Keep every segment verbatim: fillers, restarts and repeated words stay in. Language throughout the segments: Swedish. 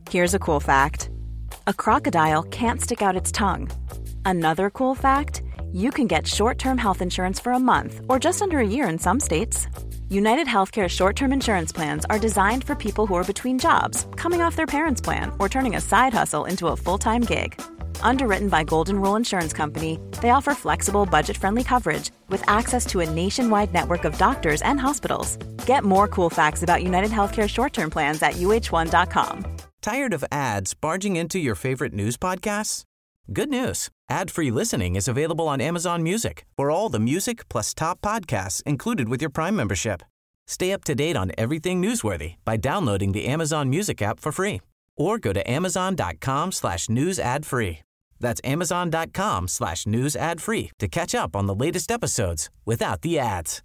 Here's a cool fact. A crocodile can't stick out its tongue. Another cool fact, you can get short-term health insurance for a month or just under a year in some states. United Healthcare short-term insurance plans are designed for people who are between jobs, coming off their parents' plan, or turning a side hustle into a full-time gig. Underwritten by Golden Rule Insurance Company, they offer flexible, budget-friendly coverage with access to a nationwide network of doctors and hospitals. Get more cool facts about United Healthcare short-term plans at U H one dot com. Tired of ads barging into your favorite news podcasts? Good news. Ad-free listening is available on Amazon Music for all the music plus top podcasts included with your Prime membership. Stay up to date on everything newsworthy by downloading the Amazon Music app for free or go to amazon.com slash news ad free. That's amazon.com slash news ad free to catch up on the latest episodes without the ads.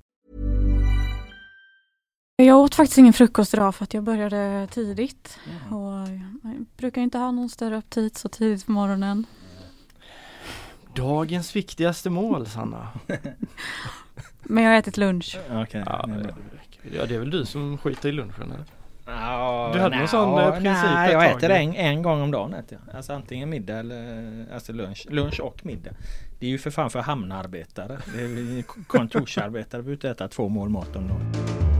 Jag åt faktiskt ingen frukost idag för att jag började tidigt. Mm. Och jag brukar inte ha någon större aptit så tidigt på morgonen. Dagens viktigaste mål, Sanna. Men jag har ätit lunch. Okay. Ja, ja, det är väl du som skiter i lunchen, eller? Ja, du hade nej, någon sån ja, princip? Nej, jag äter en, en gång om dagen. Äter jag. Alltså antingen middag eller alltså lunch. Lunch och middag. Det är ju för fan för hamnarbetare. Det är kontorsarbetare. Vi behöver äta två mål mat om dagen.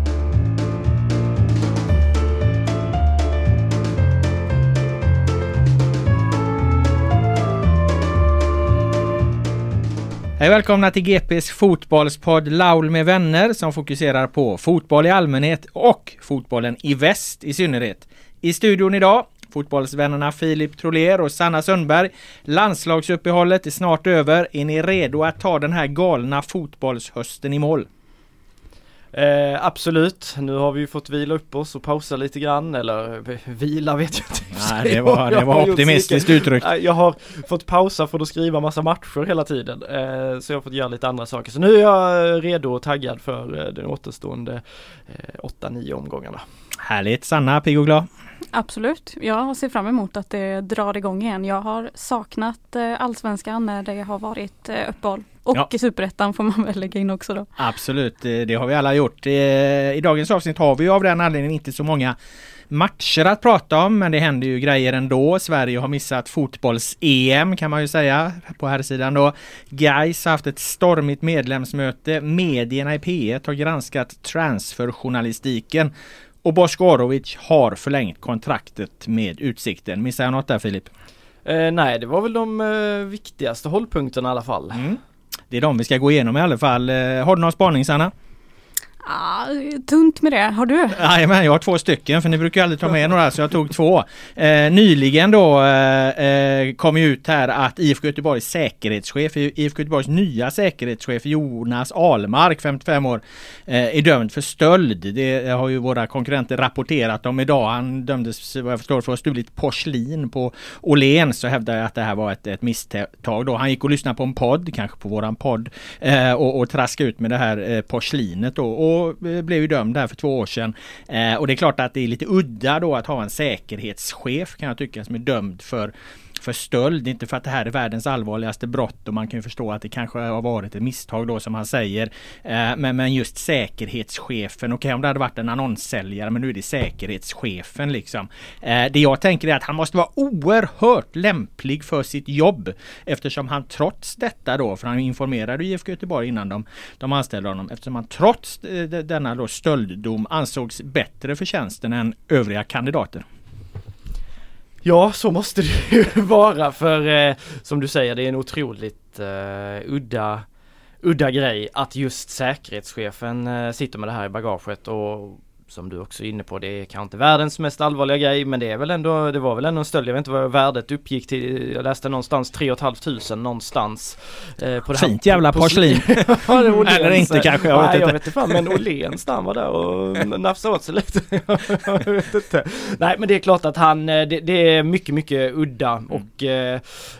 Hej, välkomna till G P:s fotbollspodd Laul med vänner som fokuserar på fotboll i allmänhet och fotbollen i väst i synnerhet. I studion idag, fotbollsvännerna Filip Troler och Sanna Sundberg. Landslagsuppehållet är snart över. Är ni redo att ta den här galna fotbollshösten i mål? Eh, absolut. Nu har vi ju fått vila upp oss och pausa lite grann. Eller vila vet jag inte. Nej, det var, det var optimistiskt uttryckt. Jag har fått pausa för att skriva massa matcher hela tiden. Eh, så jag har fått göra lite andra saker. Så nu är jag redo och taggad för den återstående eh, åtta nio omgångarna. Härligt. Sanna, pigg och glad? Absolut. Jag ser fram emot att det drar igång igen. Jag har saknat eh, allsvenskan när det har varit eh, uppehåll. Och ja. I Superettan får man väl lägga in också då. Absolut, det har vi alla gjort. I dagens avsnitt har vi av den anledningen inte så många matcher att prata om, men det händer ju grejer ändå. Sverige har missat fotbolls-E M kan man ju säga på här sidan då. Gais har haft ett stormigt medlemsmöte. Medierna i P ett har granskat transferjournalistiken. Och Boskorovic har förlängt kontraktet med Utsikten. Missar jag något där, Filip? Eh, nej, det var väl de eh, viktigaste hållpunkterna i alla fall. Mm. Det är de vi ska gå igenom i alla fall. Har du någon spaning, Sanna? Ah, tunt med det. Har du? Nej, men jag har två stycken för ni brukar ju aldrig ta med några så jag tog två. Eh, nyligen då eh, kom ju ut här att I F K Göteborgs säkerhetschef, I F K Göteborgs nya säkerhetschef Jonas Ahlmark, femtiofem år, eh, är dömd för stöld. Det har ju våra konkurrenter rapporterat om idag. Han dömdes, vad jag förstår, för att ha stulit porslin på Åhléns, så hävdar jag att det här var ett, ett misstag då. Han gick och lyssnade på en podd, kanske på våran podd, eh, och, och traskade ut med det här eh, porslinet då. Och och blev ju dömd där för två år sedan. Eh, och det är klart att det är lite udda då att ha en säkerhetschef, kan jag tycka, som är dömd för för stöld. Inte för att det här är världens allvarligaste brott och man kan ju förstå att det kanske har varit ett misstag då som han säger. Eh, men, men just säkerhetschefen, okej okay, om det hade varit en annonssäljare, men nu är det säkerhetschefen liksom. Eh, det jag tänker är att han måste vara oerhört lämplig för sitt jobb eftersom han trots detta då, för han informerade I F K Göteborg innan de, de anställde honom, eftersom han trots eh, denna då stölddom ansågs bättre för tjänsten än övriga kandidater. Ja, så måste det ju vara för eh, som du säger, det är en otroligt eh, udda, udda grej att just säkerhetschefen eh, sitter med det här i bagaget och som du också är inne på, det är kanske inte världens mest allvarliga grej, men det är väl ändå, det var väl ändå en stöld. Jag vet inte vad värdet uppgick till. Jag läste någonstans tre och ett halvt tusen någonstans. Eh, på det här, fint jävla porslin. Ja, eller inte kanske, jag vet nej, inte. Jag vet inte fan, men Åhléns han var där och nafsade åt sig lite. Jag vet inte. Nej, men det är klart att han, det, det är mycket, mycket udda och eh,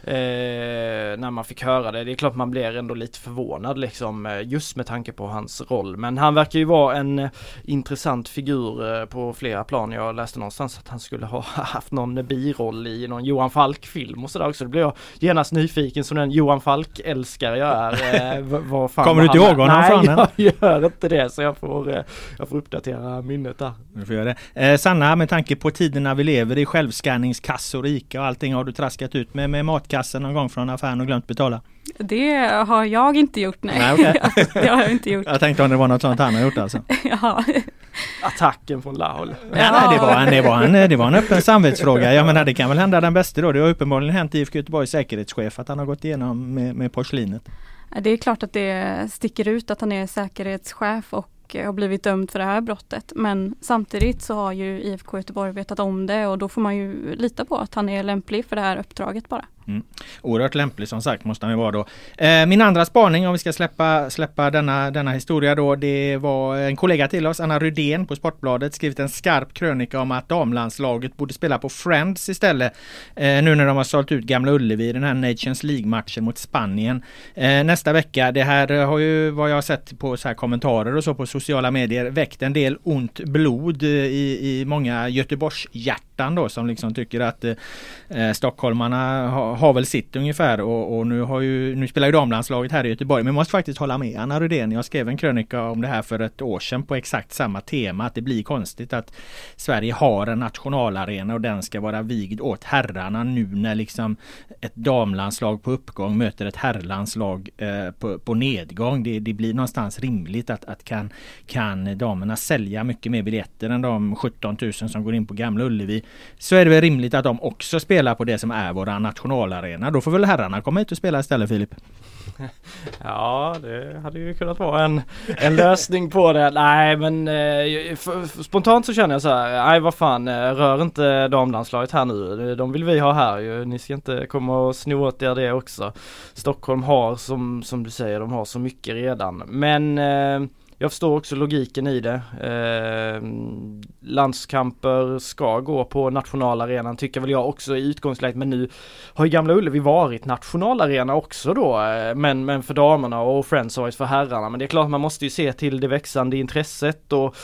eh, när man fick höra det, det är klart man blir ändå lite förvånad liksom, just med tanke på hans roll. Men han verkar ju vara en intressant figur figur på flera plan. Jag läste någonstans att han skulle ha haft någon biroll i någon Johan Falk-film och sådär också. Då blev jag genast nyfiken som den Johan Falk-älskare jag är. Eh, vad fan Kommer du inte ihåg honom? Nej, jag gör inte det, så jag får, jag får uppdatera minnet där. Du får göra det. Eh, Sanna, med tanke på tiderna vi lever i, självskanningskassor, Ica och allting, har du traskat ut med, med matkassen någon gång från affären och glömt betala? Det har jag inte gjort, nej. nej okay. Det har jag inte gjort. Jag tänkte om det var något sånt han har gjort alltså. Ja. Attacken från Laul. Ja, ja. Nej, det var, en, det, var en, det var en öppen samvetsfråga. Jag menar, det kan väl hända den bästa då. Det har uppenbarligen hänt i I F K Göteborgs säkerhetschef att han har gått igenom med, med porslinet. Det är klart att det sticker ut att han är säkerhetschef och har blivit dömd för det här brottet. Men samtidigt så har ju I F K Göteborg vetat om det och då får man ju lita på att han är lämplig för det här uppdraget bara. Mm. Oerhört lämplig som sagt måste han ju vara då. Eh, min andra spaning, om vi ska släppa, släppa denna, denna historia då, det var en kollega till oss, Anna Rydén på Sportbladet, skrivit en skarp krönika om att damlandslaget borde spela på Friends istället. Eh, nu när de har sålt ut Gamla Ullevi i den här Nations League-matchen mot Spanien. Eh, nästa vecka, det här har ju vad jag har sett på så här kommentarer och så på sociala medier väckt en del ont blod i, i många Göteborgs hjärtan då, som liksom tycker att eh, stockholmarna har har väl sitt ungefär och, och nu, har ju, nu spelar ju damlandslaget här i Göteborg, men jag måste faktiskt hålla med Anna Rydén. Jag skrev en krönika om det här för ett år sedan på exakt samma tema, att det blir konstigt att Sverige har en nationalarena och den ska vara vigd åt herrarna nu när liksom ett damlandslag på uppgång möter ett herrlandslag eh, på, på nedgång. Det, det blir någonstans rimligt att, att kan, kan damerna sälja mycket mer biljetter än de sjutton tusen som går in på Gamla Ullevi, så är det väl rimligt att de också spelar på det som är våra nationalarena. Då får väl herrarna komma hit och spela istället, Filip. Ja, det hade ju kunnat vara en, en lösning på det. Nej, men eh, f- spontant så känner jag så här, nej vad fan, rör inte damlandslaget här nu. De vill vi ha här ju. Ni ska inte komma och sno åt er det också. Stockholm har, som, som du säger, de har så mycket redan. Men eh, jag förstår också logiken i det. Eh, landskamper ska gå på nationalarenan, tycker väl jag också i utgångsläget. Men nu har ju Gamla Ullevi varit nationalarena också då. Men, men för damerna och Friends har varit för herrarna. Men det är klart man måste ju se till det växande intresset och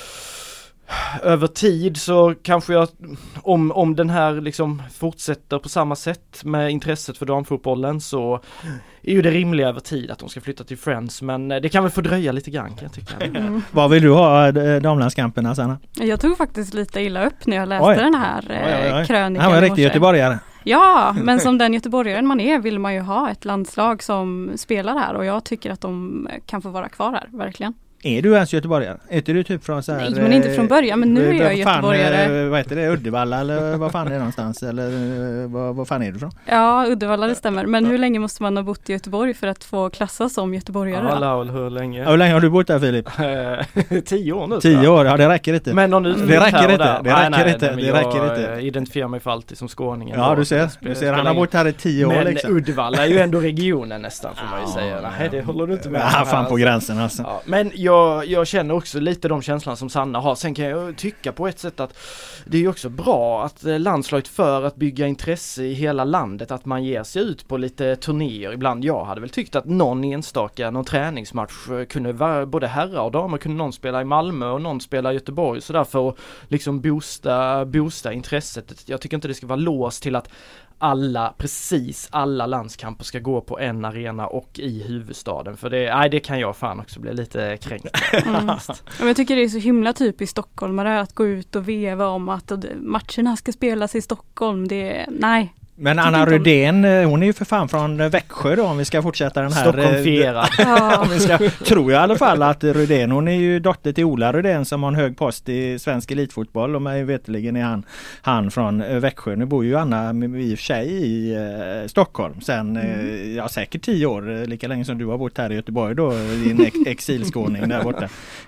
över tid så kanske jag, om, om den här liksom fortsätter på samma sätt med intresset för damfotbollen, så är ju det rimliga över tid att de ska flytta till Friends, men det kan väl fördröja lite grann, kan jag tycka. Mm. Vad vill du ha damlandskamperna, Sanna? Jag tog faktiskt lite illa upp när jag läste oj. den här oj, oj, oj. krönikan. Han var riktigt göteborgare. Ja, men som den göteborgaren man är vill man ju ha ett landslag som spelar här, och jag tycker att de kan få vara kvar här, verkligen. Är du ens göteborgare? Är du typ från så här... Nej, men inte från början, men nu är jag fan, göteborgare. Vad heter det? Uddevalla eller vad fan är det någonstans? Eller vad, vad fan är du från? Ja, Uddevalla, det stämmer. Men hur länge måste man ha bott i Göteborg för att få klassas som göteborgare? Ja, Laul, hur länge? Ja, hur länge har du bott där, Filip? Tio år nu. Tio år, ja det räcker inte. Men någon det räcker inte, det räcker nej, inte, nej, det räcker inte. Jag identifierar mig för alltid som skåning. Ja, du ser, du ser, han har bott här i tio år men liksom. Uddevalla är ju ändå regionen nästan, får man ju säga. Nej, det håller du inte med. Ja, fan på gränsen alltså. Ja, men jag, jag känner också lite de känslorna som Sanna har. Sen kan jag tycka på ett sätt att det är ju också bra att landslaget, för att bygga intresse i hela landet, att man ger sig ut på lite turnéer ibland. Jag hade väl tyckt att någon enstaka, någon träningsmatch kunde vara, både herrar och damer, kunde någon spela i Malmö och någon spela i Göteborg, så där för att liksom boosta, boosta intresset. Jag tycker inte det ska vara låst till att alla, precis alla landskamper ska gå på en arena och i huvudstaden. För det, nej, det kan jag fan också bli lite kränkt. Mm. Jag tycker det är så himla typiskt stockholmare att gå ut och veva om att matcherna ska spelas i Stockholm. Det, nej. Men Anna Rydén, hon är ju för fan från Växjö då, om vi ska fortsätta den här... Stockholmfierad. Ja. vi ska, tror jag i alla fall att Rydén, hon är ju dotter till Ola Rydén som har en hög post i svensk elitfotboll, och mig veteligen är han, han från Växjö. Nu bor ju Anna i och för sig i eh, Stockholm sen, mm. ja säkert tio år, lika länge som du har bott här i Göteborg då, i en ex- exilskåning där borta.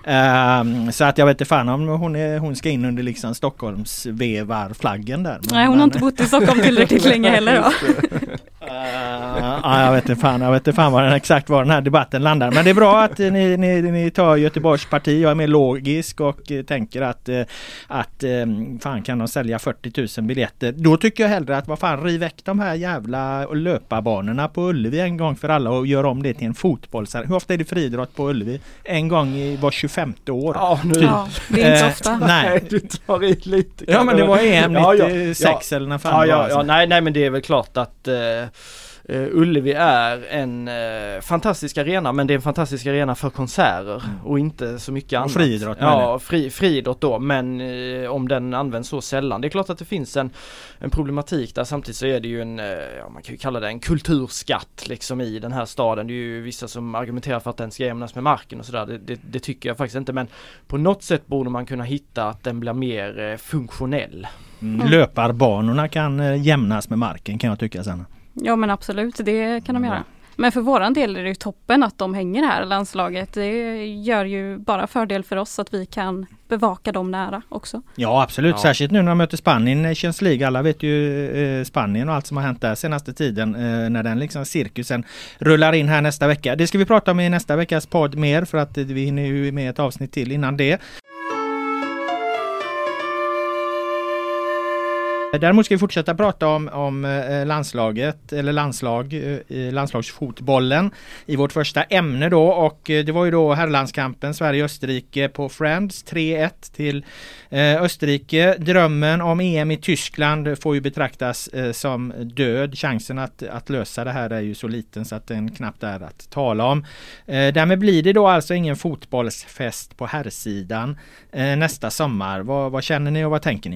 Um, så att jag vet inte fan om hon, är, hon ska in under liksom Stockholms vevarflaggen där. Men, nej, hon har inte bott i Stockholm tillräckligt länge heller då. uh, Ja, jag vet inte fan, jag vet inte fan vad den, exakt var den här debatten landar. Men det är bra att ni, ni, ni tar Göteborgs parti. Jag är mer logisk och tänker att, att fan, kan de sälja fyrtio tusen biljetter? Då tycker jag hellre att vad fan, riv väck de här jävla löparbanorna på Ullevi en gång för alla och gör om det till en fotbollsarena. Hur ofta är det friidrott på Ullevi? En gång i var tjugofemte år. Ja, nu. Ja, det är inte ofta. Nej, du tar i lite. Ja, men det var E M ja, ja, nittiosex ja. eller när fan ja, var ja, alltså. ja, nej, nej, men det är väl klart att uh, uh, Ullevi är en uh, fantastisk arena, men det är en fantastisk arena för konserter mm. och inte så mycket annat. Och friidrott. Ja, fri, friidrott då, men uh, om den används så sällan. Det är klart att det finns en, en problematik där, samtidigt så är det ju en, uh, ja, man kan ju kalla det en kulturskatt liksom i den här staden. Det är ju vissa som argumenterar för att den ska jämnas med marken och sådär. Det, det, det tycker jag faktiskt inte, men på något sätt borde man kunna hitta att den blir mer uh, funktionell. Mm. Löparbanorna kan eh, jämnas med marken, kan jag tycka sen. Ja, men absolut, det kan de göra. Men för våran del är det ju toppen att de hänger här, landslaget. Det gör ju bara fördel för oss att vi kan bevaka dem nära också. Ja, absolut. Ja. Särskilt nu när de möter Spanien i Nations League. Alla vet ju eh, Spanien och allt som har hänt där senaste tiden. Eh, när den liksom cirkusen rullar in här nästa vecka. Det ska vi prata om i nästa veckas podd mer, för att eh, vi hinner ju med ett avsnitt till innan det. Däremot ska vi fortsätta prata om, om eh, landslaget eller landslag, eh, landslagsfotbollen i vårt första ämne då, och eh, det var ju då herrlandskampen Sverige-Österrike på Friends, tre ett till eh, Österrike. Drömmen om E M i Tyskland får ju betraktas eh, som död. Chansen att, att lösa det här är ju så liten så att den knappt är att tala om. Eh, därmed blir det då alltså ingen fotbollsfest på herrsidan eh, nästa sommar. Vad, vad känner ni och vad tänker ni?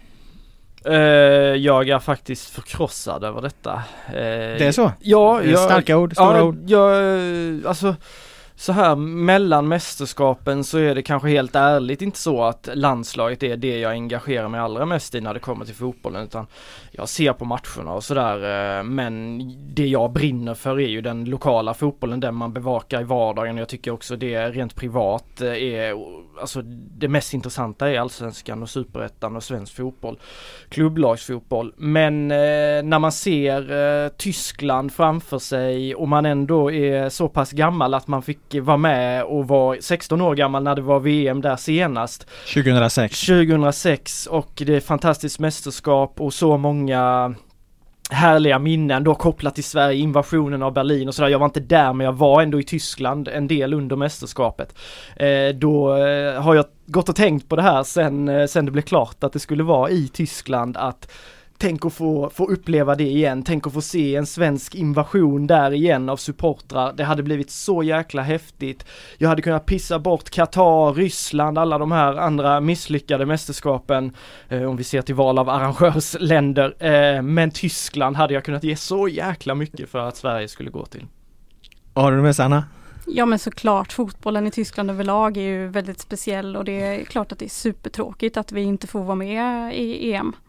Uh, jag är faktiskt förkrossad över detta. Uh, det är så? Ja, jag, starka ord, stora ja, ord. Jag, alltså så här mellan mästerskapen så är det kanske helt ärligt inte så att landslaget är det jag engagerar mig allra mest i när det kommer till fotbollen, utan jag ser på matcherna och sådär, men det jag brinner för är ju den lokala fotbollen, den man bevakar i vardagen. Jag tycker också det rent privat är, alltså det mest intressanta är allsvenskan och superettan och svensk fotboll, klubblagsfotboll. Men eh, när man ser eh, Tyskland framför sig och man ändå är så pass gammal att man fick vara med och var sexton år gammal när det var V M där senast. tjugohundrasex tjugohundrasex och det är fantastiskt mästerskap och så många härliga minnen då kopplat till Sverige, invasionen av Berlin och sådär. Jag var inte där, men jag var ändå i Tyskland en del under mästerskapet. Eh, då eh, har jag gått och tänkt på det här sen, eh, sen det blev klart att det skulle vara i Tyskland, att tänk att få, få uppleva det igen. Tänk att få se en svensk invasion där igen av supportrar. Det hade blivit så jäkla häftigt. Jag hade kunnat pissa bort Qatar, Ryssland, alla de här andra misslyckade mästerskapen. Eh, om vi ser till val av arrangörsländer. Eh, men Tyskland hade jag kunnat ge så jäkla mycket för att Sverige skulle gå till. Har du med Sanna? Ja, men såklart, fotbollen i Tyskland överlag är ju väldigt speciell, och det är klart att det är supertråkigt att vi inte får vara med i E M.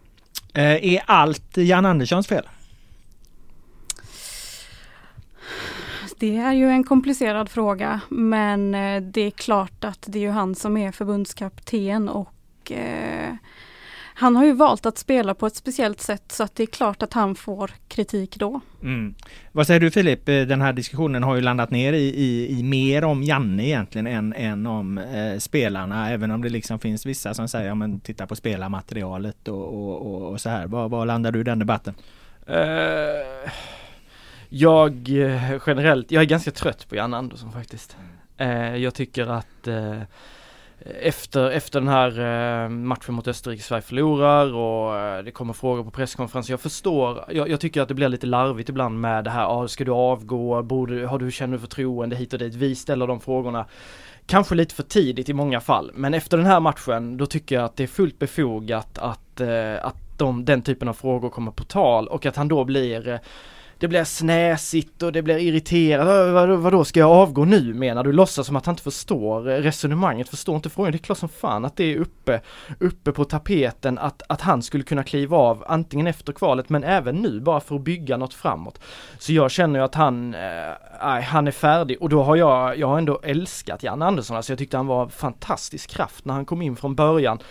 Eh, är allt Jan Anderssons fel? Det är ju en komplicerad fråga, men det är klart att det är ju han som är förbundskapten, och eh, han har ju valt att spela på ett speciellt sätt, så att det är klart att han får kritik då. Mm. Vad säger du, Filip? Den här diskussionen har ju landat ner i, i, i mer om Janne egentligen än, än om eh, spelarna, även om det liksom finns vissa som säger, ja, men titta på spelarmaterialet och, och, och, och så här. Vad, vad landar du i den debatten? Uh, jag generellt, jag är ganska trött på Jan Andersson faktiskt. Uh, jag tycker att uh, Efter, efter den här eh, matchen mot Österrike, Sverige förlorar och eh, det kommer frågor på presskonferensen. Jag förstår, jag, jag tycker att det blir lite larvigt ibland med det här, ah, ska du avgå, borde, har du känner förtroende hit och dit. Vi ställer de frågorna kanske lite för tidigt i många fall. Men efter den här matchen, då tycker jag att det är fullt befogat att, eh, att de, den typen av frågor kommer på tal, och att han då blir... Eh, Det blir snäsigt och det blir irriterat. Vad, vad då ska jag avgå nu, menar du? Låtsas som att han inte förstår resonemanget, förstår inte frågan. Det är klart som fan att det är uppe, uppe på tapeten att, att han skulle kunna kliva av antingen efter kvalet, men även nu, bara för att bygga något framåt. Så jag känner ju att han, äh, han är färdig, och då har jag, jag har ändå älskat Jan Andersson. Alltså jag tyckte han var fantastisk kraft när han kom in från början.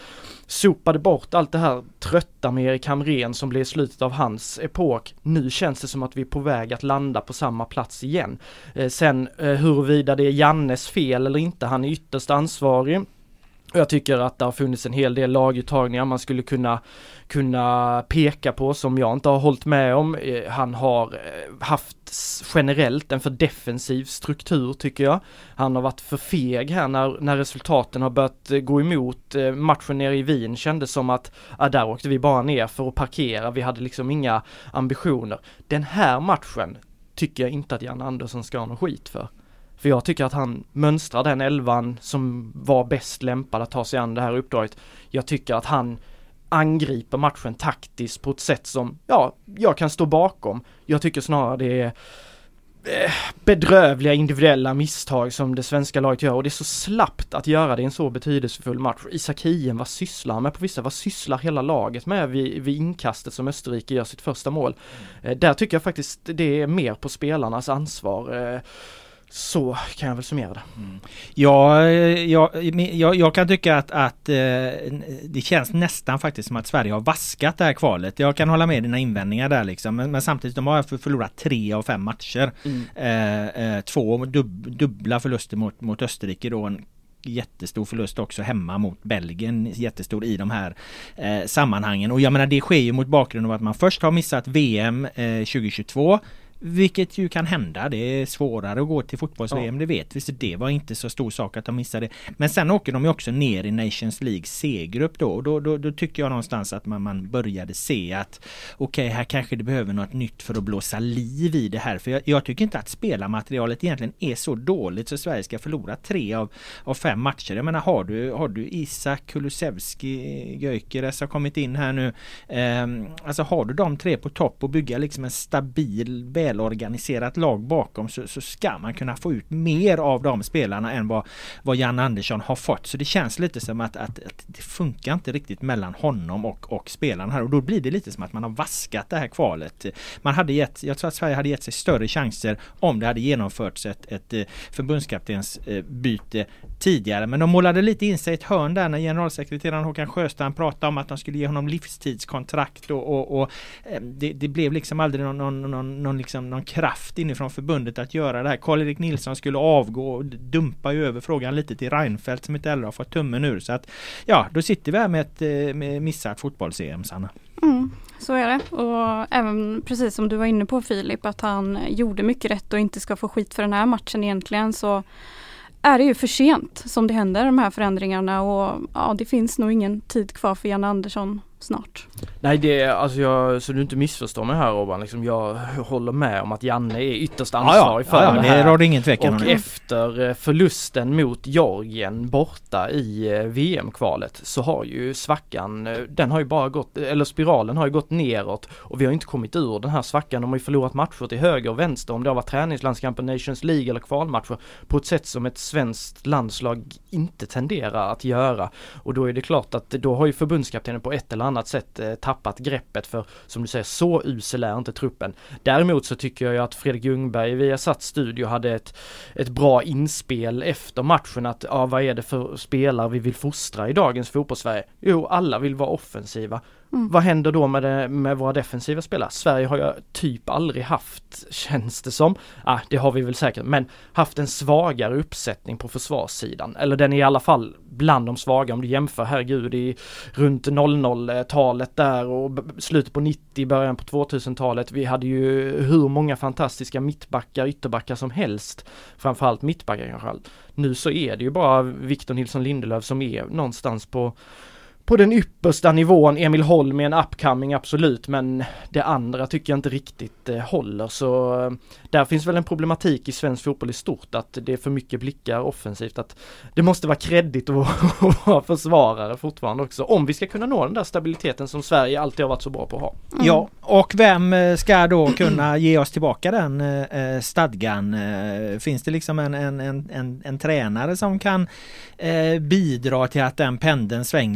sopade bort allt det här trötta med Erik Hamrén som blev slutet av hans epok. Nu känns det som att vi är på väg att landa på samma plats igen. Eh, sen eh, huruvida det är Jannes fel eller inte, han är ytterst ansvarig. Jag tycker att det har funnits en hel del laguttagningar man skulle kunna, kunna peka på som jag inte har hållit med om. Eh, han har eh, haft generellt en för defensiv struktur tycker jag. Han har varit för feg här när, när resultaten har börjat eh, gå emot. Eh, matchen nere i Wien kändes som att ah, där åkte vi bara ner för att parkera. Vi hade liksom inga ambitioner. Den här matchen tycker jag inte att Jan Andersson ska ha någon skit för. För jag tycker att han mönstrar den elvan som var bäst lämpad att ta sig an det här uppdraget. Jag tycker att han angriper matchen taktiskt på ett sätt som, ja, jag kan stå bakom. Jag tycker snarare det är eh, bedrövliga individuella misstag som det svenska laget gör. Och det är så slappt att göra det i en så betydelsefull match. Isak Hien, vad sysslar han med på vissa? Vad sysslar hela laget med vid, vid inkastet som Österrike gör sitt första mål? Eh, där tycker jag faktiskt det är mer på spelarnas ansvar. Eh, Så kan jag väl summera det. Mm. Ja, jag, jag, jag kan tycka att, att eh, det känns nästan faktiskt som att Sverige har vaskat det här kvalet. Jag kan hålla med dina invändningar där liksom. Men, men samtidigt de har förlorat tre av fem matcher. Mm. Eh, eh, två dub, dubbla förluster mot, mot Österrike då. En jättestor förlust också hemma mot Belgien, jättestor i de här eh, sammanhangen. Och jag menar det sker ju mot bakgrund av att man först har missat V M eh, tjugohundratjugotvå. Vilket ju kan hända. Det är svårare att gå till fotbolls-V M, ja. Det vet vi. Så det var inte så stor sak att de missade. Men sen åker de ju också ner i Nations League C-grupp då. Och då, då, då tycker jag någonstans att man, man började se att okej, okay, här kanske det behöver något nytt för att blåsa liv i det här. För jag, jag tycker inte att spelarmaterialet egentligen är så dåligt så Sverige ska förlora tre av, av fem matcher. Jag menar, har du, har du Isak, Kulusevski, Gyökeres har kommit in här nu. Um, alltså har du de tre på topp och bygga liksom en stabil, välorganiserat lag bakom så, så ska man kunna få ut mer av de spelarna än vad, vad Jan Andersson har fått. Så det känns lite som att, att, att det funkar inte riktigt mellan honom och, och spelarna här. Och då blir det lite som att man har vaskat det här kvalet. Man hade gett, jag tror att Sverige hade gett sig större chanser om det hade genomförts ett, ett förbundskaptens byte tidigare. Men de målade lite in sig i ett hörn där när generalsekreteraren Håkan Sjöstrand pratade om att de skulle ge honom livstidskontrakt och, och, och det, det blev liksom aldrig någon, någon, någon, någon, liksom, någon kraft inifrån förbundet att göra det här. Karl-Erik Nilsson skulle avgå och dumpa ju över frågan lite till Reinfeldt som inte heller har fått tummen ur. Så att ja, då sitter vi här med ett med missat fotbolls-E M, Sanna. Mm, så är det. Och även precis som du var inne på Filip, att han gjorde mycket rätt och inte ska få skit för den här matchen egentligen, så är det ju för sent som det händer de här förändringarna och ja, det finns nog ingen tid kvar för Jan Andersson snart. Nej, det är, alltså jag, så du inte missförstår mig här Robban, liksom jag håller med om att Janne är ytterst ansvarig ja, ja, för ja, det här. Det råder ingen tvekan och om efter förlusten mot Georgien borta i V M-kvalet så har ju svackan, den har ju bara gått, eller spiralen har ju gått neråt och vi har inte kommit ur den här svackan. De har ju förlorat matcher till höger och vänster, om det har varit träningslandskamper, Nations League eller kvalmatcher, på ett sätt som ett svenskt landslag inte tenderar att göra. Och då är det klart att då har ju förbundskaptenen på ett eller annat sätt eh, tappat greppet, för som du säger, så usel är inte truppen. Däremot så tycker jag ju att Fredrik Ljungberg via satt studio hade ett, ett bra inspel efter matchen att ja, vad är det för spelare vi vill fostra i dagens fotbollssverige? Jo, alla vill vara offensiva. Mm. Vad händer då med, det, med våra defensiva spelare? Sverige har ju typ aldrig haft, känns det som, ah, det har vi väl säkert, men haft en svagare uppsättning på försvarssidan. Eller den är i alla fall bland de svaga om du jämför, herregud, i runt noll noll-talet där och b- slutet på nittio, början på tvåtusentalet. Vi hade ju hur många fantastiska mittbackar, ytterbackar som helst. Framförallt mittbackar kanske. Nu så är det ju bara Victor Nilsson Lindelöf som är någonstans på På den yppersta nivån. Emil Holm är en upcoming, absolut, men det andra tycker jag inte riktigt eh, håller. Så eh, där finns väl en problematik i svensk fotboll i stort, att det är för mycket blickar offensivt. Att det måste vara kreddigt att vara försvarare fortfarande också, om vi ska kunna nå den där stabiliteten som Sverige alltid har varit så bra på att ha. Mm. Ja, och vem ska då kunna ge oss tillbaka den eh, stadgan? Eh, finns det liksom en, en, en, en, en tränare som kan eh, bidra till att den pendeln svänger, eller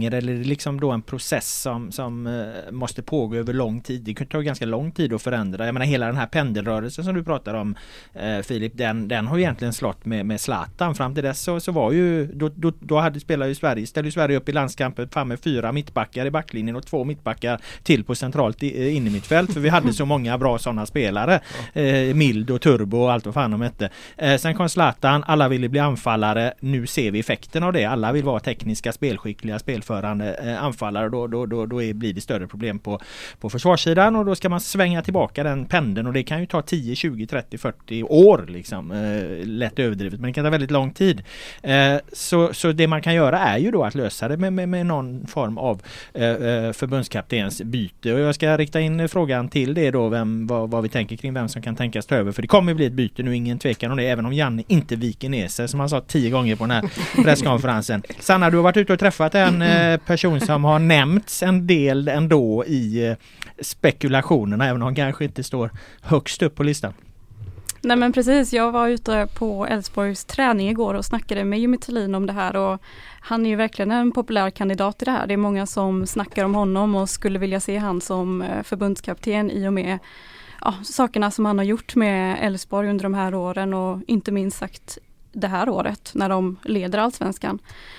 det liksom då en process som, som uh, måste pågå över lång tid. Det kan ta ganska lång tid att förändra. Jag menar hela den här pendelrörelsen som du pratar om uh, Filip, den, den har ju egentligen slått med, med Zlatan. Fram till dess så, så var ju då, då, då hade spelat ju Sverige, ställde ju Sverige upp i landskampen fram med fyra mittbackar i backlinjen och två mittbackar till på centralt i, in i mittfält, för vi hade så många bra sådana spelare. Uh, Mild och Turbo och allt vad fan de hette. Uh, sen kom Zlatan, alla ville bli anfallare. Nu ser vi effekten av det. Alla vill vara tekniska, spelskickliga, spelförande eh, anfallare. Då, då, då, då är, blir det större problem på, på försvarssidan, och då ska man svänga tillbaka den pendeln, och det kan ju ta tio, tjugo, trettio, fyrtio år liksom. Eh, lätt överdrivet, men det kan ta väldigt lång tid. Eh, så, så det man kan göra är ju då att lösa det med, med, med någon form av eh, förbundskaptens byte. Och jag ska rikta in frågan till det då, vem, vad, vad vi tänker kring vem som kan tänkas ta över. För det kommer bli ett byte nu, ingen tvekan om det, även om Janne inte viker ner sig, som han sa tio gånger på den här presskonferensen. Sanna, du har varit ute och träffat en eh, person som har nämnts en del ändå i eh, spekulationerna, även om han kanske inte står högst upp på listan. Nej men precis, jag var ute på Elfsborgs träning igår och snackade med Jimmy Tillin om det här, och han är ju verkligen en populär kandidat i det här. Det är många som snackar om honom och skulle vilja se han som förbundskapten i och med ja, sakerna som han har gjort med Elfsborg under de här åren, och inte minst sagt det här året när de leder Allsvenskan.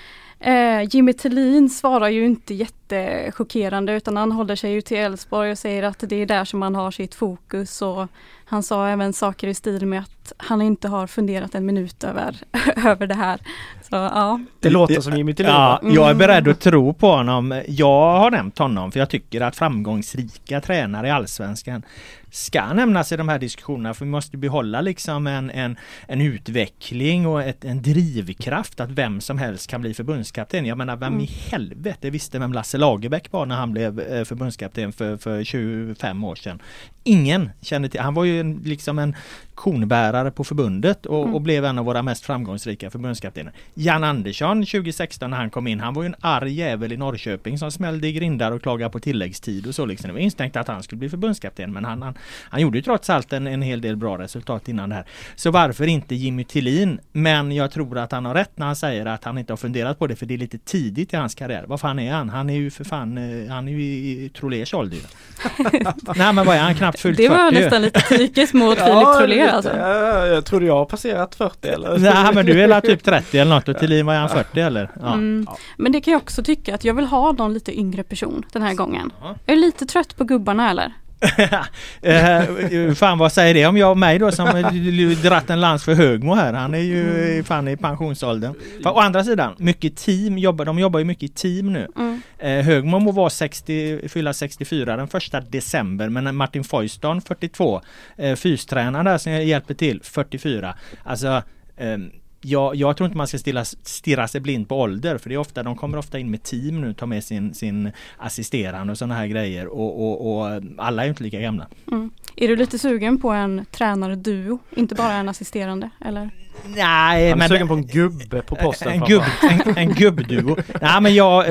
Eh, Jimmy Tillin svarar ju inte jättechockerande, utan han håller sig ju till Elfsborg och säger att det är där som han har sitt fokus, och han sa även saker i stil med att han inte har funderat en minut över, över det här. Så, ja. Det låter som Jimmy Tillin. Ja, jag är beredd att tro på honom. Jag har nämnt honom för jag tycker att framgångsrika tränare i Allsvenskan ska nämnas i de här diskussionerna, för vi måste behålla liksom en, en, en utveckling och ett, en drivkraft att vem som helst kan bli förbundskapten. Jag menar, vem mm. i helvete visste vem Lasse Lagerbäck var när han blev förbundskapten för, för tjugofem år sedan? Ingen kände till. Han var ju en, liksom en konbärare på förbundet och, mm. och blev en av våra mest framgångsrika förbundskaptener. Jan Andersson tjugo sexton när han kom in, han var ju en arg jävel i Norrköping som smällde i grindar och klagade på tilläggstid och så liksom. Det var instänkt att han skulle bli förbundskapten, men han, han, han gjorde ju trots allt en, en hel del bra resultat innan det här. Så varför inte Jimmy Tillin? Men jag tror att han har rätt när han säger att han inte har funderat på det, för det är lite tidigt i hans karriär. Vad fan är han? Han är ju för fan, han är ju i Trolers ålder. Nej, men vad är han? Knappt fullt det var fyrtio. Nästan lite typiskt mot Filip ja, Troler alltså. Jag, jag trodde jag har passerat fyrtio eller? Nej, men du är typ trettio eller något, och Tillin var han fyrtio eller? Ja. Mm. Ja. Men det kan jag också tycka att jag vill ha någon lite yngre person den här gången. Ja. Jag är lite trött på gubbarna eller? uh, fan vad säger det om jag och mig då som dratt en lans för Högmo här. Han är ju mm. fan i pensionsåldern. För, å andra sidan, mycket team jobbar, de jobbar ju mycket i team nu. Mm. Uh, Högmo må vara sextio, fylla sextiofyra den första december, men Martin Foyston fyrtiotvå, uh, fystränaren där som hjälper till fyrtiofyra. Alltså um, Jag, jag tror inte man ska stilla, stirra sig blind på ålder, för det är ofta, de kommer ofta in med team nu, tar med sin, sin assisterande och sådana här grejer, och, och, och alla är ju inte lika gamla. Mm. Är du lite sugen på en tränare-duo, inte bara en assisterande, eller? Nej, han är men sugen på en gubbe på posten. En, gubb, en, en gubbduo. Nej, men jag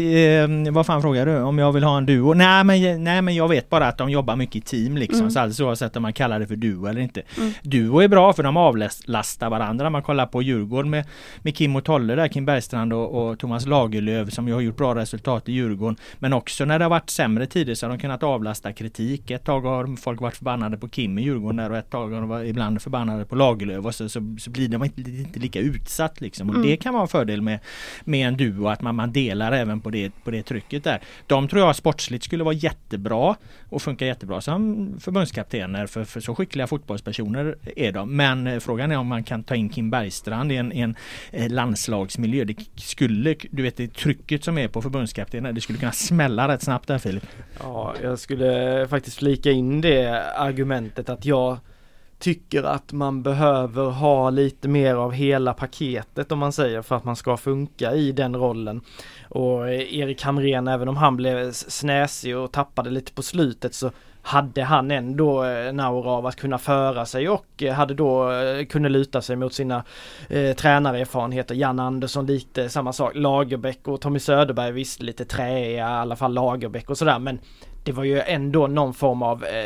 eh, eh, vad fan frågar du? Om jag vill ha en duo? Nej, men, nej, men jag vet bara att de jobbar mycket i team liksom, mm. så alltså oavsett om man kallar det för duo eller inte. Mm. Duo är bra för de avlastar varandra. Man kollar på Djurgården med, med Kim och Tolle där, Kim Bergstrand och, och Thomas Lagerlöf som ju har gjort bra resultat i Djurgården. Men också när det har varit sämre tider så har de kunnat avlasta kritik. Ett tag har folk varit förbannade på Kim i Djurgården där, och ett tag har de varit ibland förbannade på Lagerlöf, och så, så, så blir de inte, inte lika utsatt liksom. Och mm. det kan vara en fördel med, med en duo, att man, man delar även på det, på det trycket där. De tror jag sportsligt skulle vara jättebra och funka jättebra som förbundskaptener, för, för så skickliga fotbollspersoner är de. Men frågan är om man kan ta in Kim Bergstrand i en, i en landslagsmiljö. Det skulle, du vet, det trycket som är på förbundskaptener, det skulle kunna smälla rätt snabbt där, Filip. Ja, jag skulle faktiskt flika in det argumentet att jag tycker att man behöver ha lite mer av hela paketet, om man säger, för att man ska funka i den rollen. Och Erik Hamrén, även om han blev snäsig och tappade lite på slutet, så hade han ändå en aura av att kunna föra sig, och hade då kunnat luta sig mot sina eh, tränarerfarenheter. Jan Andersson lite samma sak, Lagerbäck och Tommy Söderberg visst lite träiga, i alla fall Lagerbäck och sådär, men det var ju ändå någon form av eh,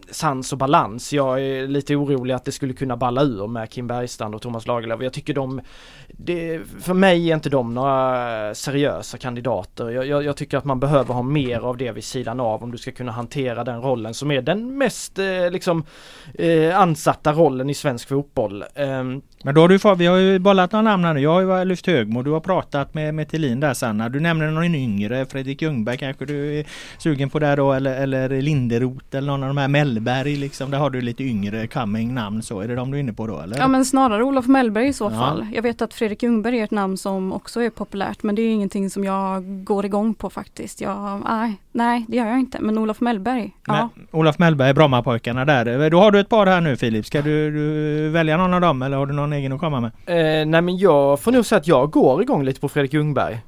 sans och balans. Jag är lite orolig att det skulle kunna balla ur med Kim Bergstrand och Thomas Lagerlöf. Jag tycker de, det, för mig är inte de några seriösa kandidater. Jag, jag, jag tycker att man behöver ha mer av det vid sidan av om du ska kunna hantera den rollen som är den mest eh, liksom, eh, ansatta rollen i svensk fotboll. Um, Men då har du, vi har ju bollat några namn här nu. Jag har ju lyft Högmo, du har pratat med, med Thelin där, Sanna. Du nämner någon yngre, Fredrik Ljungberg kanske du är sugen på där då, eller, eller Linderoth eller någon av de här Mellberg liksom. Där har du lite yngre coming namn, så är det de du är inne på då, eller? Ja, men snarare Olof Mellberg i så Ja. fall. Jag vet att Fredrik Ljungberg är ett namn som också är populärt, men det är ingenting som jag går igång på faktiskt. Jag, nej, nej, det gör jag inte. Men Olof Mellberg, ja. Men, Olof Mellberg, Brommapojkarna där. Då har du ett par här nu, Filip. Ska du, du välja någon av dem, eller har du någon egen att komma med? Eh, nej men jag får nog säga att jag går igång lite på Fredrik Ljungberg.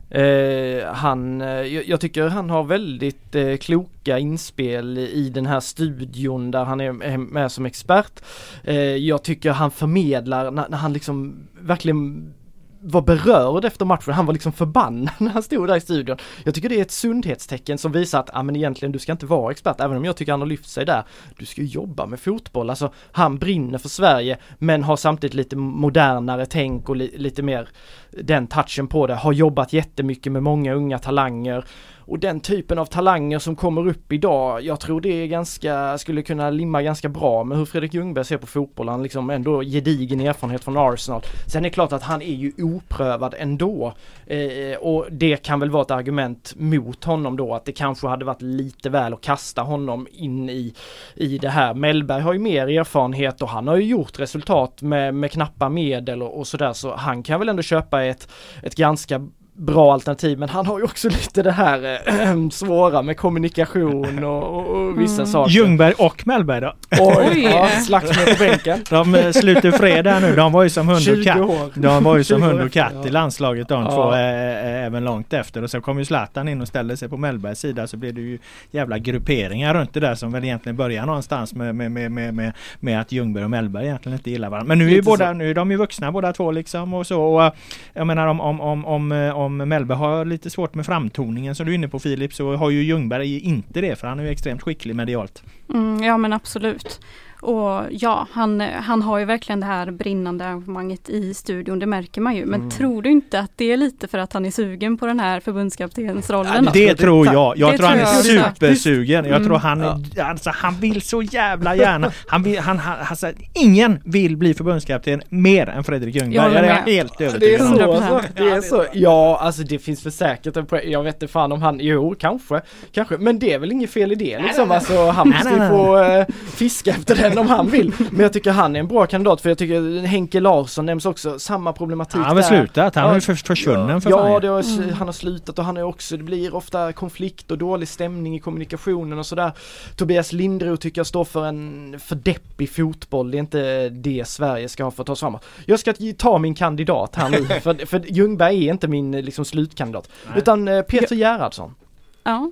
Mm. Eh, han, eh, jag, jag tycker han har väldigt eh, kloka inspel i den här studion där han är, är med som expert. Eh, jag tycker han förmedlar när, när han liksom verkligen var berörd efter matchen. Han var liksom förbannad när han stod där i studion. Jag tycker det är ett sundhetstecken som visar att ah, men egentligen du ska inte vara expert, även om jag tycker han har lyft sig där. Du ska ju jobba med fotboll. Alltså, han brinner för Sverige men har samtidigt lite modernare tänk och li- lite mer den touchen på det. Har jobbat jättemycket med många unga talanger. Och den typen av talanger som kommer upp idag, jag tror det är ganska, skulle kunna limma ganska bra med hur Fredrik Ljungberg ser på fotboll. Han liksom ändå gedigen erfarenhet från Arsenal. Sen är det klart att han är ju oprövad ändå. Eh, och det kan väl vara ett argument mot honom då, att det kanske hade varit lite väl att kasta honom in i, i det här. Mellberg har ju mer erfarenhet och han har ju gjort resultat med, med knappa medel och, och sådär, så han kan väl ändå köpa ett, ett ganska bra alternativ, men han har ju också lite det här äh, svåra med kommunikation och, och, och vissa mm. saker. Ljungberg och Mellberg då? Oj, ja, slagsmål på bänken. De äh, slutar fred där nu. De var ju som hund och katt. År. De var ju som hund och katt ja. i landslaget de ja. två äh, även långt efter. Och så kom ju Zlatan in och ställde sig på Mellbergs sida, så blev det ju jävla grupperingar runt det där som väl egentligen börjar någonstans med, med, med, med, med, med att Ljungberg och Mellberg egentligen inte gillar varandra. Men nu är ju båda, nu är de ju vuxna båda två liksom och så. Och, jag menar om, om, om, om om Mellberg har lite svårt med framtoningen som du är inne på, Filip, så har ju Ljungberg inte det, för han är ju extremt skicklig medialt. Mm, ja men absolut. Och ja, han, han har ju verkligen det här brinnande engagemanget i studion, det märker man ju. Men mm. tror du inte att det är lite för att han är sugen på den här förbundskaptensrollen? Ja, det tror jag. Jag det tror han är jag. supersugen. Jag mm. tror han är, alltså, han vill så jävla gärna. Han vill, han, han, alltså, ingen vill bli förbundskapten mer än Fredrik Ljungberg. Jag är helt övertygad om. Det är så, så. Det är så. Ja, alltså det finns för säkert en poäng. Jag vet inte fan om han, jo kanske, kanske. Men det är väl inget fel i det liksom. Alltså, han måste ju få äh, fiska efter den om han vill. Men jag tycker han är en bra kandidat, för jag tycker Henke Larsson nämns också, samma problematik där. Han har slutat, han ja. har ju för, försvunnen ja. för Ja, det har, mm. han har slutat och han är också, det blir ofta konflikt och dålig stämning i kommunikationen och sådär. Tobias Linderoth tycker jag står för en för deppig fotboll. Det är inte det Sverige ska ha för att ta framåt. Jag ska ta min kandidat här nu, för, för Ljungberg är inte min liksom, slutkandidat. Nej. Utan eh, Peter Gerhardsson. Ja.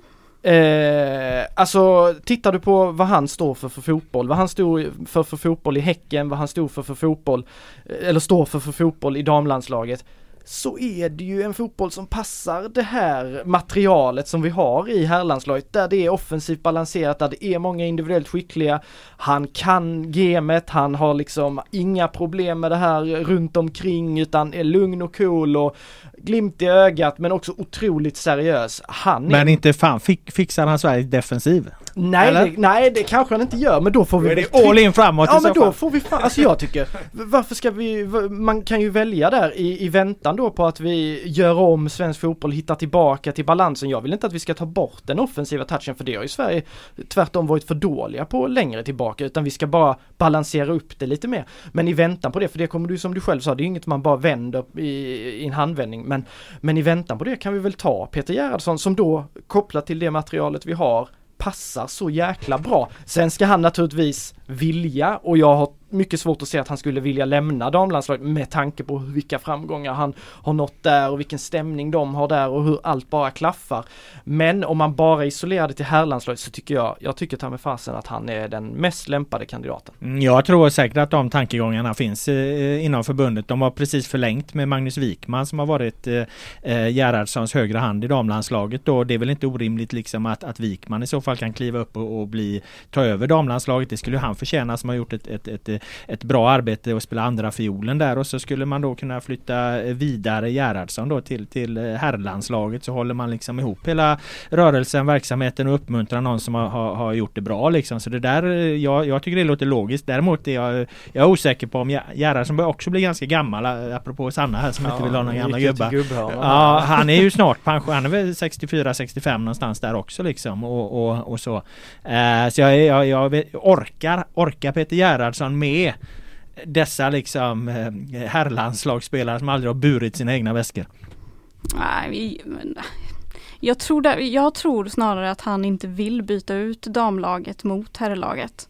Eh, alltså tittar du på vad han står för för fotboll, vad han stod för för fotboll i Häcken, vad han stod för för fotboll eller står för för fotboll i damlandslaget, så är det ju en fotboll som passar det här materialet som vi har i herrlandslaget, där det är offensivt balanserat, där det är många individuellt skickliga. Han kan gamet, han har liksom inga problem med det här runt omkring, utan är lugn och cool och glimt i ögat, men också otroligt seriös. Han men är... inte fan, fick, fixar han Sveriges defensiv? Nej det, nej, det kanske han inte gör, men då får vi... Är det all in framåt? Ja, men då fall. får vi fan... Alltså jag tycker, varför ska vi... Man kan ju välja där i, i väntan då på att vi gör om svensk fotboll, hittar tillbaka till balansen. Jag vill inte att vi ska ta bort den offensiva touchen, för det har ju Sverige tvärtom varit för dåliga på längre tillbaka, utan vi ska bara balansera upp det lite mer. Men i väntan på det, för det kommer du som du själv sa, det är inget man bara vänder i, i en handvändning, men, men i väntan på det kan vi väl ta Peter Gerhardsson, som då kopplat till det materialet vi har passar så jäkla bra. Sen ska han naturligtvis vilja, och jag har mycket svårt att se att han skulle vilja lämna damlandslaget med tanke på vilka framgångar han har nått där och vilken stämning de har där och hur allt bara klaffar. Men om man bara isolerar det till herrlandslaget så tycker jag, jag tycker ta med fasen att han är den mest lämpade kandidaten. Jag tror säkert att de tankegångarna finns eh, inom förbundet. De har precis förlängt med Magnus Wikman som har varit eh, Gerhardssons högra hand i damlandslaget. Och det är väl inte orimligt liksom att, att Wikman i så fall kan kliva upp och, och bli, ta över damlandslaget. Det skulle han förtjäna som har gjort ett, ett, ett, ett bra arbete och spela andra fiolen där. Och så skulle man då kunna flytta vidare Gerhardsson då till, till herrlandslaget, så håller man liksom ihop hela rörelsen, verksamheten och uppmuntrar någon som har, har, har gjort det bra liksom. Så det där, jag, jag tycker det låter logiskt. Däremot är jag, jag är osäker på om Gerhardsson börjar också bli ganska gammal, apropå Sanna här som ja, inte vill ha några gamla gubbar. Ja, han är ju snart pension, han är väl sextiofyra sextiofem någonstans där också liksom och, och, och så. Uh, så jag, jag, jag orkar, orkar Peter Gerhardsson med dessa liksom eh, herrlandslagsspelare som aldrig har burit sina egna väskor? Nej, men jag tror, där, jag tror snarare att han inte vill byta ut damlaget mot herrlaget.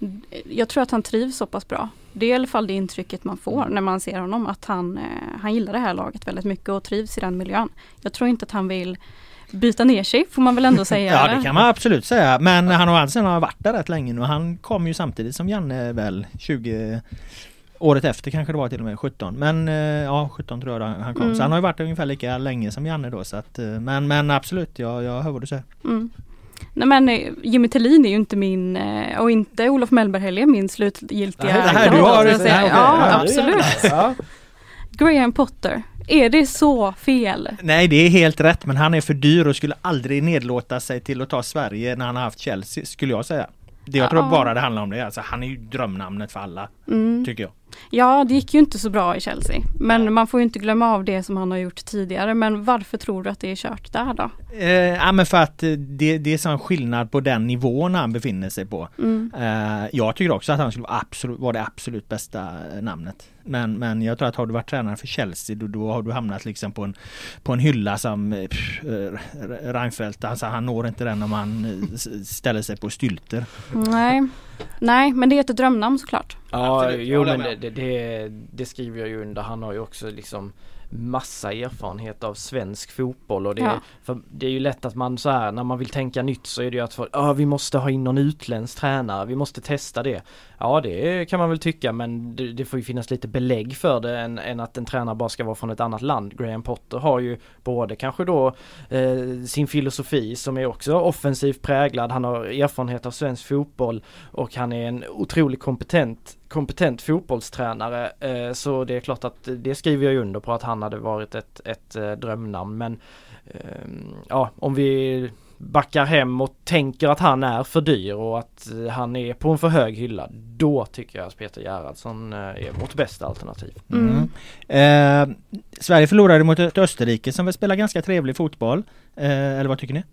Jag tror att han trivs så pass bra. Det är i alla fall det intrycket man får när man ser honom, att han, eh, han gillar det här laget väldigt mycket och trivs i den miljön. Jag tror inte att han vill byta ner sig, får man väl ändå säga. Ja, det kan man absolut säga. Men han har alltså har varit där rätt länge nu. Han kom ju samtidigt som Janne väl tjugo året efter kanske det var till och med sjutton. Men ja, sjutton tror jag han kom. Mm. Så han har ju varit ungefär lika länge som Janne då. Så att, men, men absolut, jag, jag hör vad du säger. Mm. Nej, men Jimmy Tillin är ju inte min, och inte Olof Mellberg heller min slutgiltiga. Nej, det här du har det. Ja, ja, absolut. Ja. Graham Potter. Är det så fel? Nej, det är helt rätt, men han är för dyr och skulle aldrig nedlåta sig till att ta Sverige när han har haft Chelsea, skulle jag säga. Det jag ja. tror bara det handlar om det. Alltså, han är ju drömnamnet för alla, mm. tycker jag. Ja, det gick ju inte så bra i Chelsea. Men ja. man får ju inte glömma av det som han har gjort tidigare. Men varför tror du att det är kört där då? Eh, ja, men för att det, det är sån skillnad på den nivån han befinner sig på. Mm. Eh, jag tycker också att han skulle vara, absolut, vara det absolut bästa namnet. Men, men jag tror att har du varit tränare för Chelsea då, då har du hamnat liksom på en, på en hylla som pff, Reinfeldt. Alltså, han når inte den om man ställer sig på stylter. Nej. Nej, men det är ett drömnamn såklart. Ja, absolut. Jo, men det, det, det skriver jag ju under. Han har ju också liksom massa erfarenhet av svensk fotboll och det, ja. för det är ju lätt att man så här, när man vill tänka nytt så är det ju att för, ah, vi måste ha in någon utländsk tränare, vi måste testa det. Ja, det kan man väl tycka, men det, det får ju finnas lite belägg för det än, än att en tränare bara ska vara från ett annat land. Graham Potter har ju både kanske då eh, sin filosofi som är också offensivt präglad, han har erfarenhet av svensk fotboll och han är en otroligt kompetent kompetent fotbollstränare, eh, så det är klart att det skriver jag under på att han hade varit ett, ett eh, drömnamn, men eh, ja, om vi backar hem och tänker att han är för dyr och att eh, han är på en för hög hylla, då tycker jag att Peter Gerhardsson eh, är vårt bästa alternativ. Mm. Mm. Eh, Sverige förlorade mot ett Österrike som väl spelar ganska trevlig fotboll, eh, eller vad tycker ni?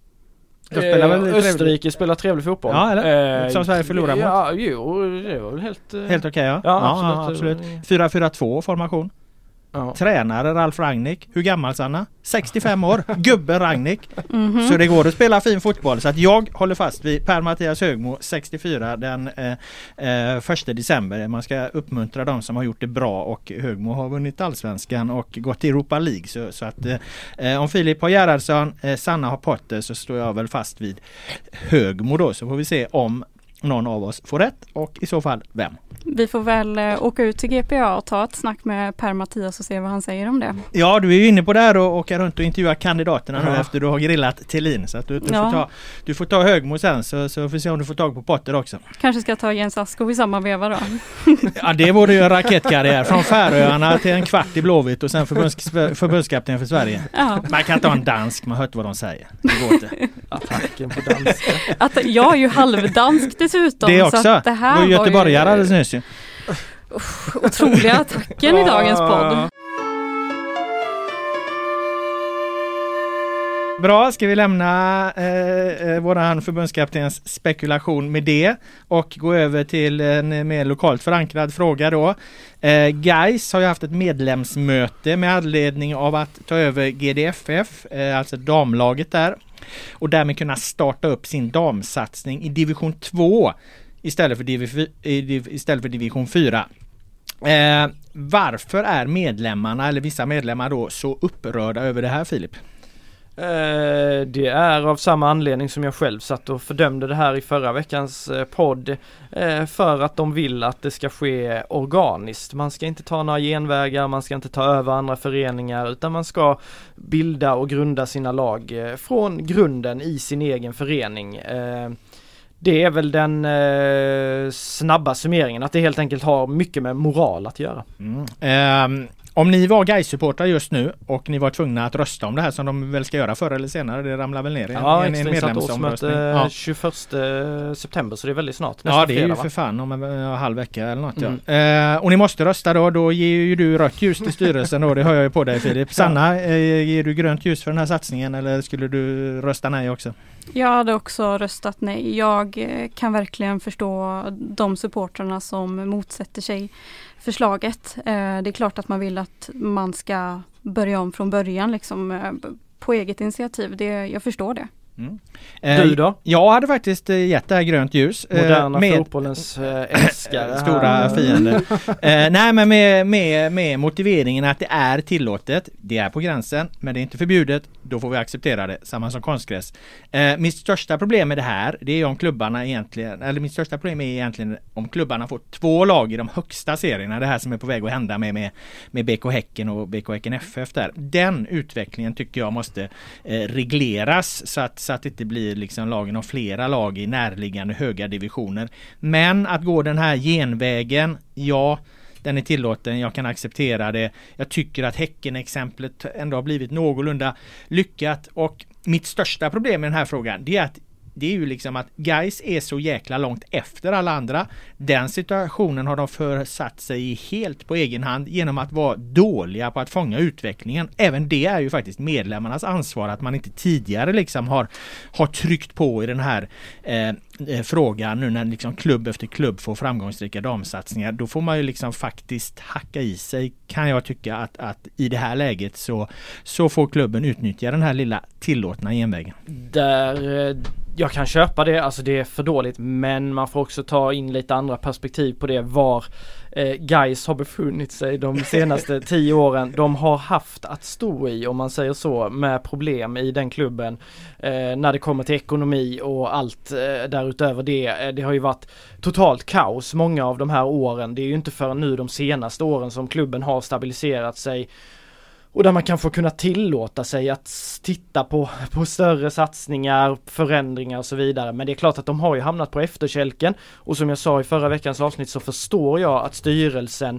Spelar väl Österrike spelar trevlig fotboll. Ja, eller? Eh, som Sverige förlorar mot. Ja, jo, det var väl helt... Eh... Helt okej, okay, ja. Ja, ja, absolut. absolut. fyra fyra två formation. Ja. Tränare Ralf Rangnick. Hur gammal Sanna? sextiofem år. Gubbe Rangnick. Mm-hmm. Så det går att spela fin fotboll. Så att jag håller fast vid Per-Mattias Högmo sextiofyra den eh, eh, första december. Man ska uppmuntra de som har gjort det bra och Högmo har vunnit allsvenskan och gått till Europa League. Så, så att eh, om Filip har Gerhardsson, eh, Sanna har Potter, så står jag väl fast vid Högmo då. Så får vi se om någon av oss får rätt och i så fall vem. Vi får väl eh, åka ut till G P A och ta ett snack med Per-Mattias och se vad han säger om det. Ja, du är ju inne på det här och åka runt och intervjua kandidaterna ja. nu efter du har grillat Tillin. Så att du, du, ja. får ta, du får ta Högmo sen så, så får vi se om du får tag på Potter också. Kanske ska ta Jens Askov i samma veva då. Ja, det vore ju en raketkarriär. Från Färöarna till en kvart i Blåvitt och sen förbunds, förbundskapten för Sverige. Ja. Man kan ta en dansk, man hört vad de säger. Det går inte. Attacken på danska. Att, jag är ju halvdansk dessutom. Det också. Så att det här var göteborgare ju... alldeles nyss. Uh, otroliga attacken i dagens podd. Bra, ska vi lämna eh, våran förbundskaptens spekulation med det och gå över till en mer lokalt förankrad fråga då. Eh, Gais har ju haft ett medlemsmöte med anledning av att ta över G D F F, eh, alltså damlaget där, och därmed kunna starta upp sin damsatsning i division två istället för, div- istället för division fyra. Eh, varför är medlemmarna eller vissa medlemmar då så upprörda över det här, Filip? Eh, det är av samma anledning som jag själv satt och fördömde det här i förra veckans eh, podd, eh, för att de vill att det ska ske organiskt. Man ska inte ta några genvägar, man ska inte ta över andra föreningar, utan man ska bilda och grunda sina lag eh, från grunden i sin egen förening. Eh, det är väl den eh, snabba summeringen, att det helt enkelt har mycket med moral att göra. Mm. Um. Om ni var Gais-supportrar just nu och ni var tvungna att rösta om det här, som de väl ska göra förr eller senare, det ramlar väl ner i en, ja, en, en medlemsomröstning. Ja, tjugoförsta september, så det är väldigt snart. Ja, det är fredag, ju för va? fan om en, en halv vecka eller något. Mm. Ja. Eh, och ni måste rösta då, då ger ju du rött ljus till styrelsen då, det hör jag ju på dig, Filip. Sanna, eh, ger du grönt ljus för den här satsningen eller skulle du rösta nej också? Jag hade också röstat nej. Jag kan verkligen förstå de supportrarna som motsätter sig förslaget. Det är klart att man vill att man ska börja om från början liksom, på eget initiativ. Det, jag förstår det. Mm. Du då? Jag hade faktiskt gett det här grönt ljus. Moderna med fotbollens älskare. Stora fiender. eh, nej men med, med, med motiveringen att det är tillåtet. Det är på gränsen, men det är inte förbjudet. Då får vi acceptera det. Samma som konstgräs. Eh, mitt största problem med det här, det är om klubbarna egentligen, eller mitt största problem är egentligen om klubbarna får två lag i de högsta serierna. Det här som är på väg att hända med, med, med B K Häcken och B K Häcken F F där. Den utvecklingen tycker jag måste eh, regleras så att så att det inte blir liksom lagen av flera lag i närliggande höga divisioner. Men att gå den här genvägen, ja, den är tillåten, jag kan acceptera det. Jag tycker att Häcken-exemplet ändå har blivit någorlunda lyckat, och mitt största problem med den här frågan, det är att det är ju liksom att Gais är så jäkla långt efter alla andra. Den situationen har de försatt sig i helt på egen hand genom att vara dåliga på att fånga utvecklingen. Även det är ju faktiskt medlemmarnas ansvar, att man inte tidigare liksom har, har tryckt på i den här eh, frågan nu när liksom klubb efter klubb får framgångsrika damsatsningar. Då får man ju liksom faktiskt hacka i sig, kan jag tycka, att, att i det här läget så, så får klubben utnyttja den här lilla tillåtna genvägen. Där... Eh... Jag kan köpa det, alltså det är för dåligt, men man får också ta in lite andra perspektiv på det, var eh, Gais har befunnit sig de senaste tio åren. De har haft att stå i, om man säger så, med problem i den klubben eh, när det kommer till ekonomi och allt eh, därutöver det. Eh, det har ju varit totalt kaos många av de här åren. Det är ju inte förrän nu de senaste åren som klubben har stabiliserat sig. Och där man kan få kunna tillåta sig att titta på, på större satsningar, förändringar och så vidare. Men det är klart att de har ju hamnat på efterkälken. Och som jag sa i förra veckans avsnitt så förstår jag att styrelsen,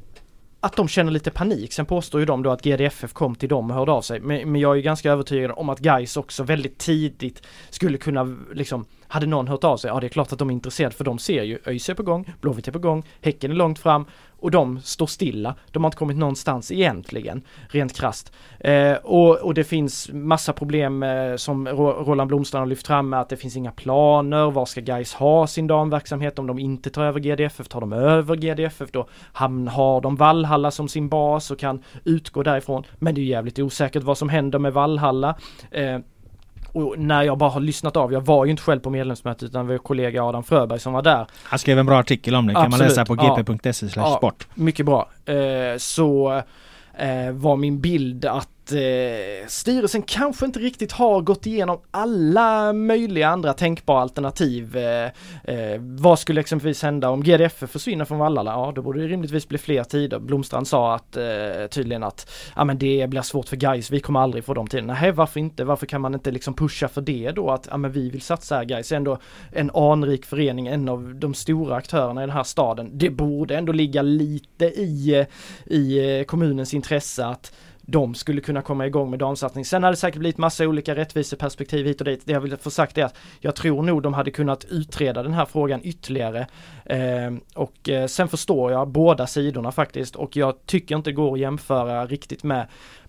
att de känner lite panik. Sen påstår ju de då att G D F F kom till dem och hörde av sig. Men, men jag är ju ganska övertygad om att Gais också väldigt tidigt skulle kunna liksom, hade någon hört av sig, ja det är klart att de är intresserade, för de ser ju ÖIS är på gång, Blåvitt är på gång, Häcken är långt fram och de står stilla. De har inte kommit någonstans egentligen, rent krasst. Eh, och, och det finns massa problem eh, som Roland Blomstrand har lyft fram med att det finns inga planer. Var ska Gais ha sin damverksamhet? Om de inte tar över G D F F, tar de över G D F F, då hamn, har de Valhalla som sin bas och kan utgå därifrån. Men det är ju jävligt osäkert vad som händer med Valhalla. Eh, Och när jag bara har lyssnat av, jag var ju inte själv på medlemsmötet utan det var kollega Adam Fröberg som var där. Han skrev en bra artikel om det, kan Absolut. man läsa på g p punkt s e slash sport. Ja, mycket bra. Eh, så eh, var min bild att eh, styrelsen kanske inte riktigt har gått igenom alla möjliga andra tänkbara alternativ. Eh, eh, vad skulle exempelvis hända om G D F F försvinner från Vallala? Ja, då borde det rimligtvis bli fler tider. Blomstrand sa att eh, tydligen att ja, men det blir svårt för Gais, vi kommer aldrig få de tiderna. Nej, varför inte? Varför kan man inte liksom pusha för det då? Att ja, men vi vill satsa här. Gais är ändå en anrik förening, en av de stora aktörerna i den här staden. Det borde ändå ligga lite i, i kommunens intresse att de skulle kunna komma igång med damsatsning. Sen hade det säkert blivit massa olika rättviseperspektiv hit och dit. Det jag vill få sagt är att jag tror nog de hade kunnat utreda den här frågan ytterligare. Eh, och eh, sen förstår jag båda sidorna faktiskt. Och jag tycker inte det går att jämföra riktigt med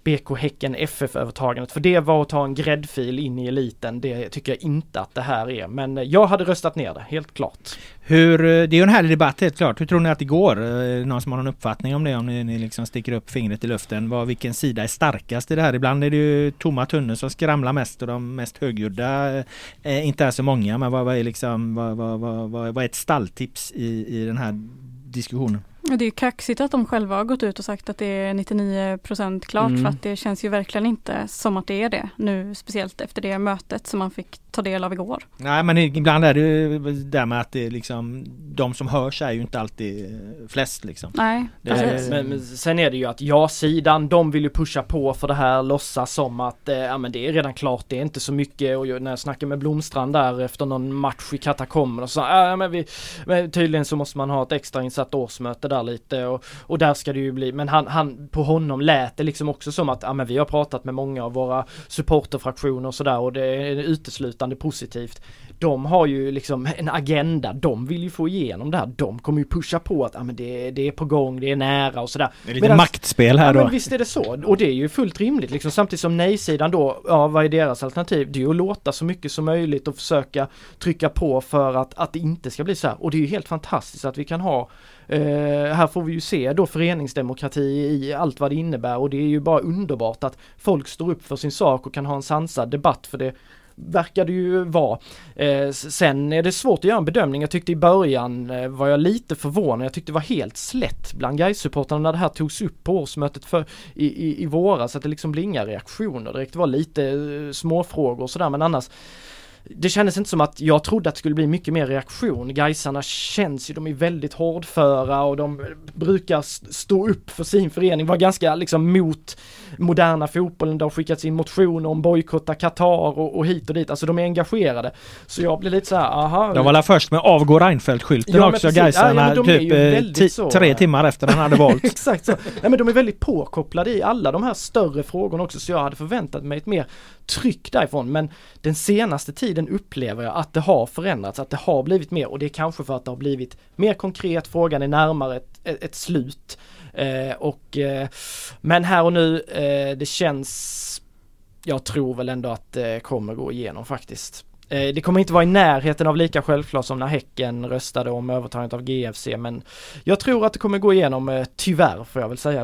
B K Häcken F F-övertagandet. För det var att ta en gräddfil in i eliten. Det tycker jag inte att det här är. Men jag hade röstat ner det, helt klart. Hur, det är ju en härlig debatt, helt klart. Hur tror ni att det går? Någon som har någon uppfattning om det? Om ni, ni liksom sticker upp fingret i luften. Vad, vilken sida är starkast i det här? Ibland är det ju tomma tunnor som skramlar mest och de mest högljudda eh, inte är så många. Men vad, vad, är, liksom, vad, vad, vad, vad är ett stalltips i, i den här diskussionen? Det är ju kaxigt att de själva har gått ut och sagt att det är nittionio procent klart mm. för att det känns ju verkligen inte som att det är det nu, speciellt efter det mötet som man fick ta del av igår. Nej, men ibland är det ju där med att det är liksom, de som hörs är ju inte alltid flest liksom. Nej, det är, men, men sen är det ju att ja-sidan, de vill ju pusha på för det här, låtsas som att eh, ja, men det är redan klart, det är inte så mycket. Och när jag snackar med Blomstrand där efter någon match i katakomben och så ja, men vi, men tydligen så måste man ha ett extra insatt årsmöte där lite och, och där ska det ju bli, men han, han på honom lät det liksom också som att ja, men vi har pratat med många av våra supporterfraktioner och sådär och det är uteslutande positivt. De har ju liksom en agenda, de vill ju få igenom det här, de kommer ju pusha på att ja, men det, det är på gång, det är nära och sådär. Det är lite Medans, maktspel här ja, då. Men visst är det så, och det är ju fullt rimligt liksom, samtidigt som nej-sidan då, ja vad är deras alternativ? Det är ju att låta så mycket som möjligt och försöka trycka på för att, att det inte ska bli så här, och det är ju helt fantastiskt att vi kan ha Uh, här får vi ju se då föreningsdemokrati i allt vad det innebär, och det är ju bara underbart att folk står upp för sin sak och kan ha en sansad debatt, för det verkar det ju vara. Uh, sen är det svårt att göra en bedömning. Jag tyckte i början uh, var jag lite förvånad. Jag tyckte det var helt slätt bland Gais-supportarna när det här togs upp på årsmötet för, i, i, i våras, att det liksom blir inga reaktioner direkt. Det var lite uh, småfrågor och sådär, men annars det kändes inte som att jag trodde att det skulle bli mycket mer reaktion. Gaisarna känns ju, de är väldigt hårdföra och de brukar stå upp för sin förening, var ganska liksom mot moderna fotbollen. Det har skickats in motioner om bojkotta Qatar och, och hit och dit. Alltså de är engagerade. Så jag blir lite så här, aha. De var alla först med avgå Reinfeldt-skylten ja, också, Gaisarna, ja, typ t- så, tre timmar efter han hade valt. Exakt så. Ja, men de är väldigt påkopplade i alla de här större frågorna också, så jag hade förväntat mig ett mer tryck därifrån. Men den senaste tiden upplever jag att det har förändrats, att det har blivit mer, och det är kanske för att det har blivit mer konkret, frågan är närmare ett, ett, ett slut. Eh, och, eh, men här och nu, eh, det känns, jag tror väl ändå att det kommer gå igenom faktiskt. Eh, det kommer inte vara i närheten av lika självklart som när Häcken röstade om övertagandet av G F C, men jag tror att det kommer gå igenom, eh, tyvärr får jag väl säga då.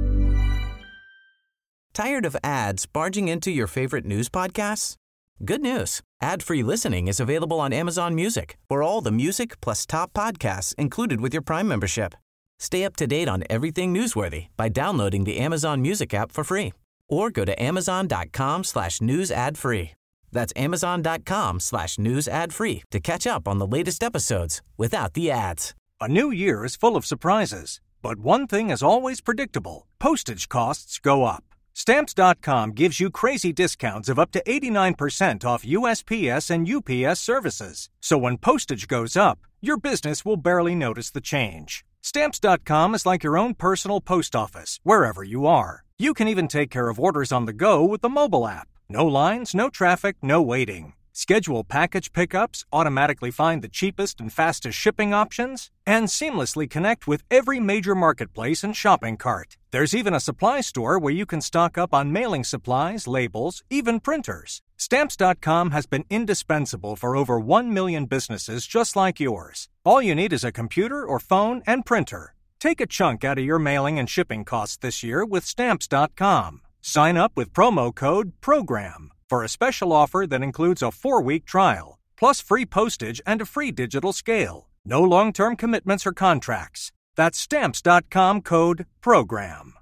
Tired of ads barging into your favorite news podcasts? Good news. Ad-free listening is available on Amazon Music for all the music plus top podcasts included with your Prime membership. Stay up to date on everything newsworthy by downloading the Amazon Music app for free or go to amazon.com slash news ad free. That's amazon.com slash news ad free to catch up on the latest episodes without the ads. A new year is full of surprises, but one thing is always predictable. Postage costs go up. Stamps dot com gives you crazy discounts of up to eighty-nine percent off U S P S and U P S services. So when postage goes up, your business will barely notice the change. Stamps dot com is like your own personal post office, wherever you are. You can even take care of orders on the go with the mobile app. No lines, no traffic, no waiting. Schedule package pickups, automatically find the cheapest and fastest shipping options, and seamlessly connect with every major marketplace and shopping cart. There's even a supply store where you can stock up on mailing supplies, labels, even printers. Stamps dot com has been indispensable for over one million businesses just like yours. All you need is a computer or phone and printer. Take a chunk out of your mailing and shipping costs this year with Stamps dot com. Sign up with promo code PROGRAM for a special offer that includes a four-week trial, plus free postage and a free digital scale. No long-term commitments or contracts. That's Stamps dot com code PROGRAM.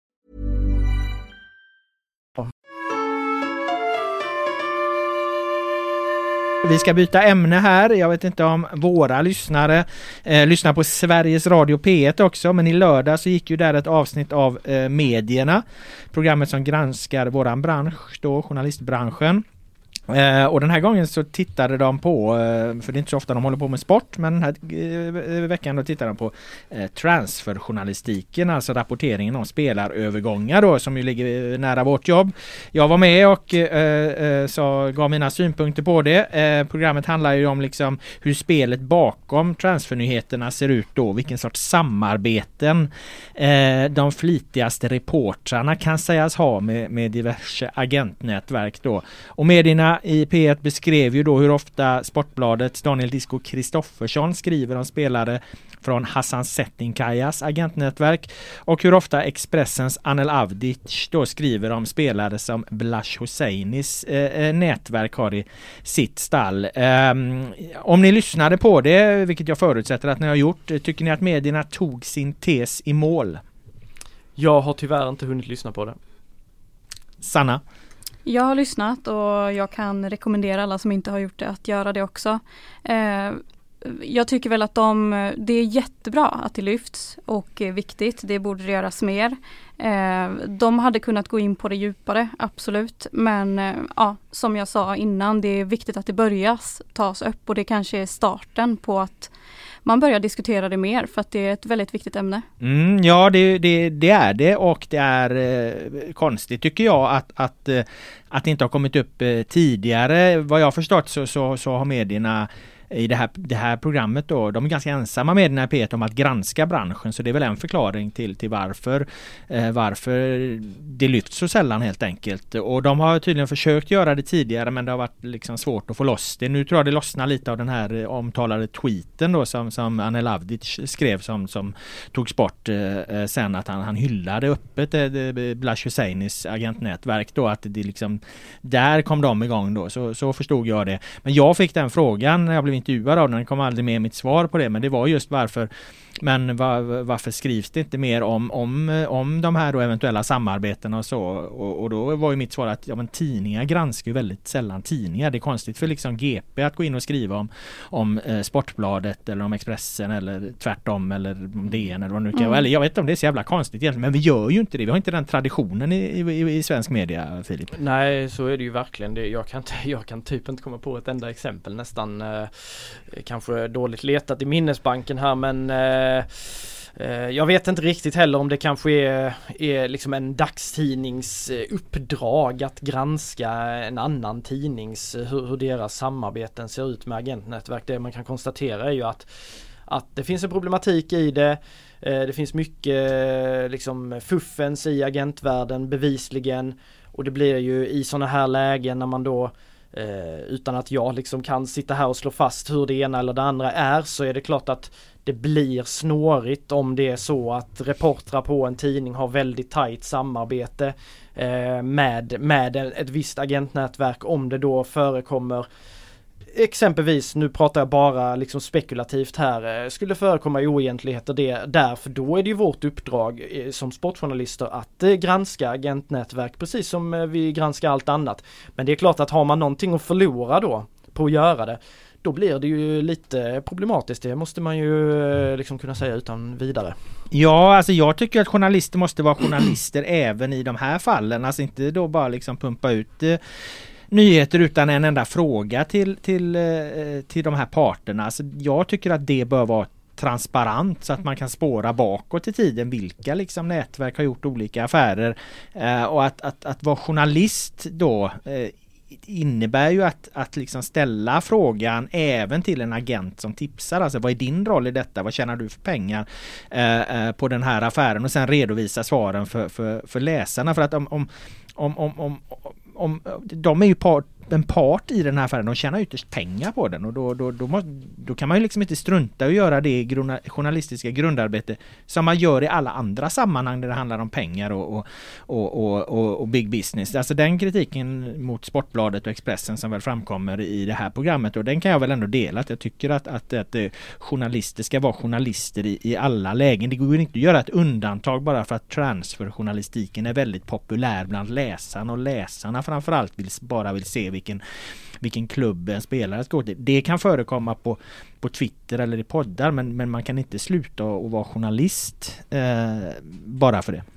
Vi ska byta ämne här. Jag vet inte om våra lyssnare eh, lyssnar på Sveriges Radio P ett också, men i lördag så gick ju där ett avsnitt av eh, medierna, programmet som granskar våran bransch då, journalistbranschen. Eh, och den här gången så tittade de på, eh, för det är inte så ofta de håller på med sport, men den här eh, veckan då tittade de på eh, transferjournalistiken, alltså rapporteringen om spelarövergångar då, som ju ligger nära vårt jobb. Jag var med och eh, eh, så gav mina synpunkter på det. Eh, programmet handlar ju om liksom hur spelet bakom transfernyheterna ser ut då, vilken sorts samarbeten eh, de flitigaste reportrarna kan sägas ha med, med diverse agentnätverk då. Och medierna i P ett beskrev ju då hur ofta Sportbladets Daniel Disco Kristoffersson skriver om spelare från Hassan Settinkajas agentnätverk och hur ofta Expressens Anel Avdic då skriver om spelare som Blash Hosseinis eh, nätverk har i sitt stall. Um, om ni lyssnade på det, vilket jag förutsätter att ni har gjort, tycker ni att medierna tog sin tes i mål? Jag har tyvärr inte hunnit lyssna på det. Sanna? Jag har lyssnat och jag kan rekommendera alla som inte har gjort det att göra det också. Eh, jag tycker väl att de, det är jättebra att det lyfts och är viktigt. Det borde göras mer. Eh, de hade kunnat gå in på det djupare, absolut. Men eh, ja, som jag sa innan, det är viktigt att det börjas tas upp och det kanske är starten på att man börjar diskutera det mer för att det är ett väldigt viktigt ämne. Mm, ja, det, det, det är det och det är eh, konstigt tycker jag att, att, eh, att det inte har kommit upp eh, tidigare. Vad jag har förstått så, så, så har medierna i det här, det här programmet då, de är ganska ensamma med den här P ett om att granska branschen, så det är väl en förklaring till, till varför, eh, varför det lyfts så sällan helt enkelt. Och de har tydligen försökt göra det tidigare, men det har varit liksom svårt att få loss det. Nu tror jag det lossnar lite av den här omtalade tweeten då som, som Anel Avdic skrev som, som togs bort eh, sen, att han, han hyllade öppet eh, Blash Hosseinis agentnätverk då, att det liksom, där kom de igång då, så, så förstod jag det. Men jag fick den frågan när jag blev intervjuad av den, den kom aldrig med mitt svar på det, men det var just varför men var, varför skrivs det inte mer om, om, om de här då eventuella samarbeten och så, och, och då var ju mitt svar att ja, men tidningar granskar ju väldigt sällan tidningar. Det är konstigt för liksom G P att gå in och skriva om, om eh, Sportbladet eller om Expressen eller tvärtom eller om D N eller vad nu kan mm. eller jag vet inte om det är så jävla konstigt egentligen, men vi gör ju inte det. Vi har inte den traditionen i, i, i svensk media, Filip. Nej, så är det ju verkligen. Det, jag, kan, jag kan typ inte komma på ett enda exempel, nästan eh, kanske dåligt letat i minnesbanken här, men eh, jag vet inte riktigt heller om det kanske är, är liksom en dagstidnings uppdrag att granska en annan tidnings, hur, hur deras samarbeten ser ut med agentnätverk. Det man kan konstatera är ju att, att det finns en problematik i det. Det finns mycket liksom fuffens i agentvärlden bevisligen, och det blir ju i sådana här lägen när man då Eh, utan att jag liksom kan sitta här och slå fast hur det ena eller det andra är, så är det klart att det blir snårigt om det är så att reportrar på en tidning har väldigt tajt samarbete eh, med, med ett visst agentnätverk, om det då förekommer exempelvis, nu pratar jag bara liksom spekulativt här, skulle förekomma oegentligheter det, därför då är det ju vårt uppdrag som sportjournalister att granska agentnätverk precis som vi granskar allt annat. Men det är klart att har man någonting att förlora då på att göra det, då blir det ju lite problematiskt. Det måste man ju liksom kunna säga utan vidare. Ja, alltså jag tycker att journalister måste vara journalister även i de här fallen. Alltså inte då bara liksom pumpa ut eh, nyheter utan en enda fråga till, till, eh, till de här parterna. Alltså jag tycker att det bör vara transparent så att man kan spåra bakåt i tiden vilka liksom nätverk har gjort olika affärer. Eh, och att, att, att vara journalist då eh, innebär ju att, att liksom ställa frågan även till en agent som tipsar. Alltså vad är din roll i detta? Vad tjänar du för pengar eh, eh, på den här affären? Och sen redovisa svaren för, för, för läsarna. För att om, om, om, om, om, om de är ju part, en part i den här affären, de tjänar ytterst pengar på den, och då, då, då, måste, då kan man ju liksom inte strunta och göra det gruna, journalistiska grundarbete som man gör i alla andra sammanhang där det handlar om pengar och, och, och, och, och, och big business. Alltså den kritiken mot Sportbladet och Expressen som väl framkommer i det här programmet, och den kan jag väl ändå dela, att jag tycker att, att, att journalister ska vara journalister i, i alla lägen. Det går ju inte att göra ett undantag bara för att transferjournalistiken är väldigt populär bland läsarna, och läsarna framförallt vill, bara vill se vilken, vilken klubb en spelare ska gå till. Det kan förekomma på, på Twitter eller i poddar, men, men man kan inte sluta och vara journalist eh, bara för det.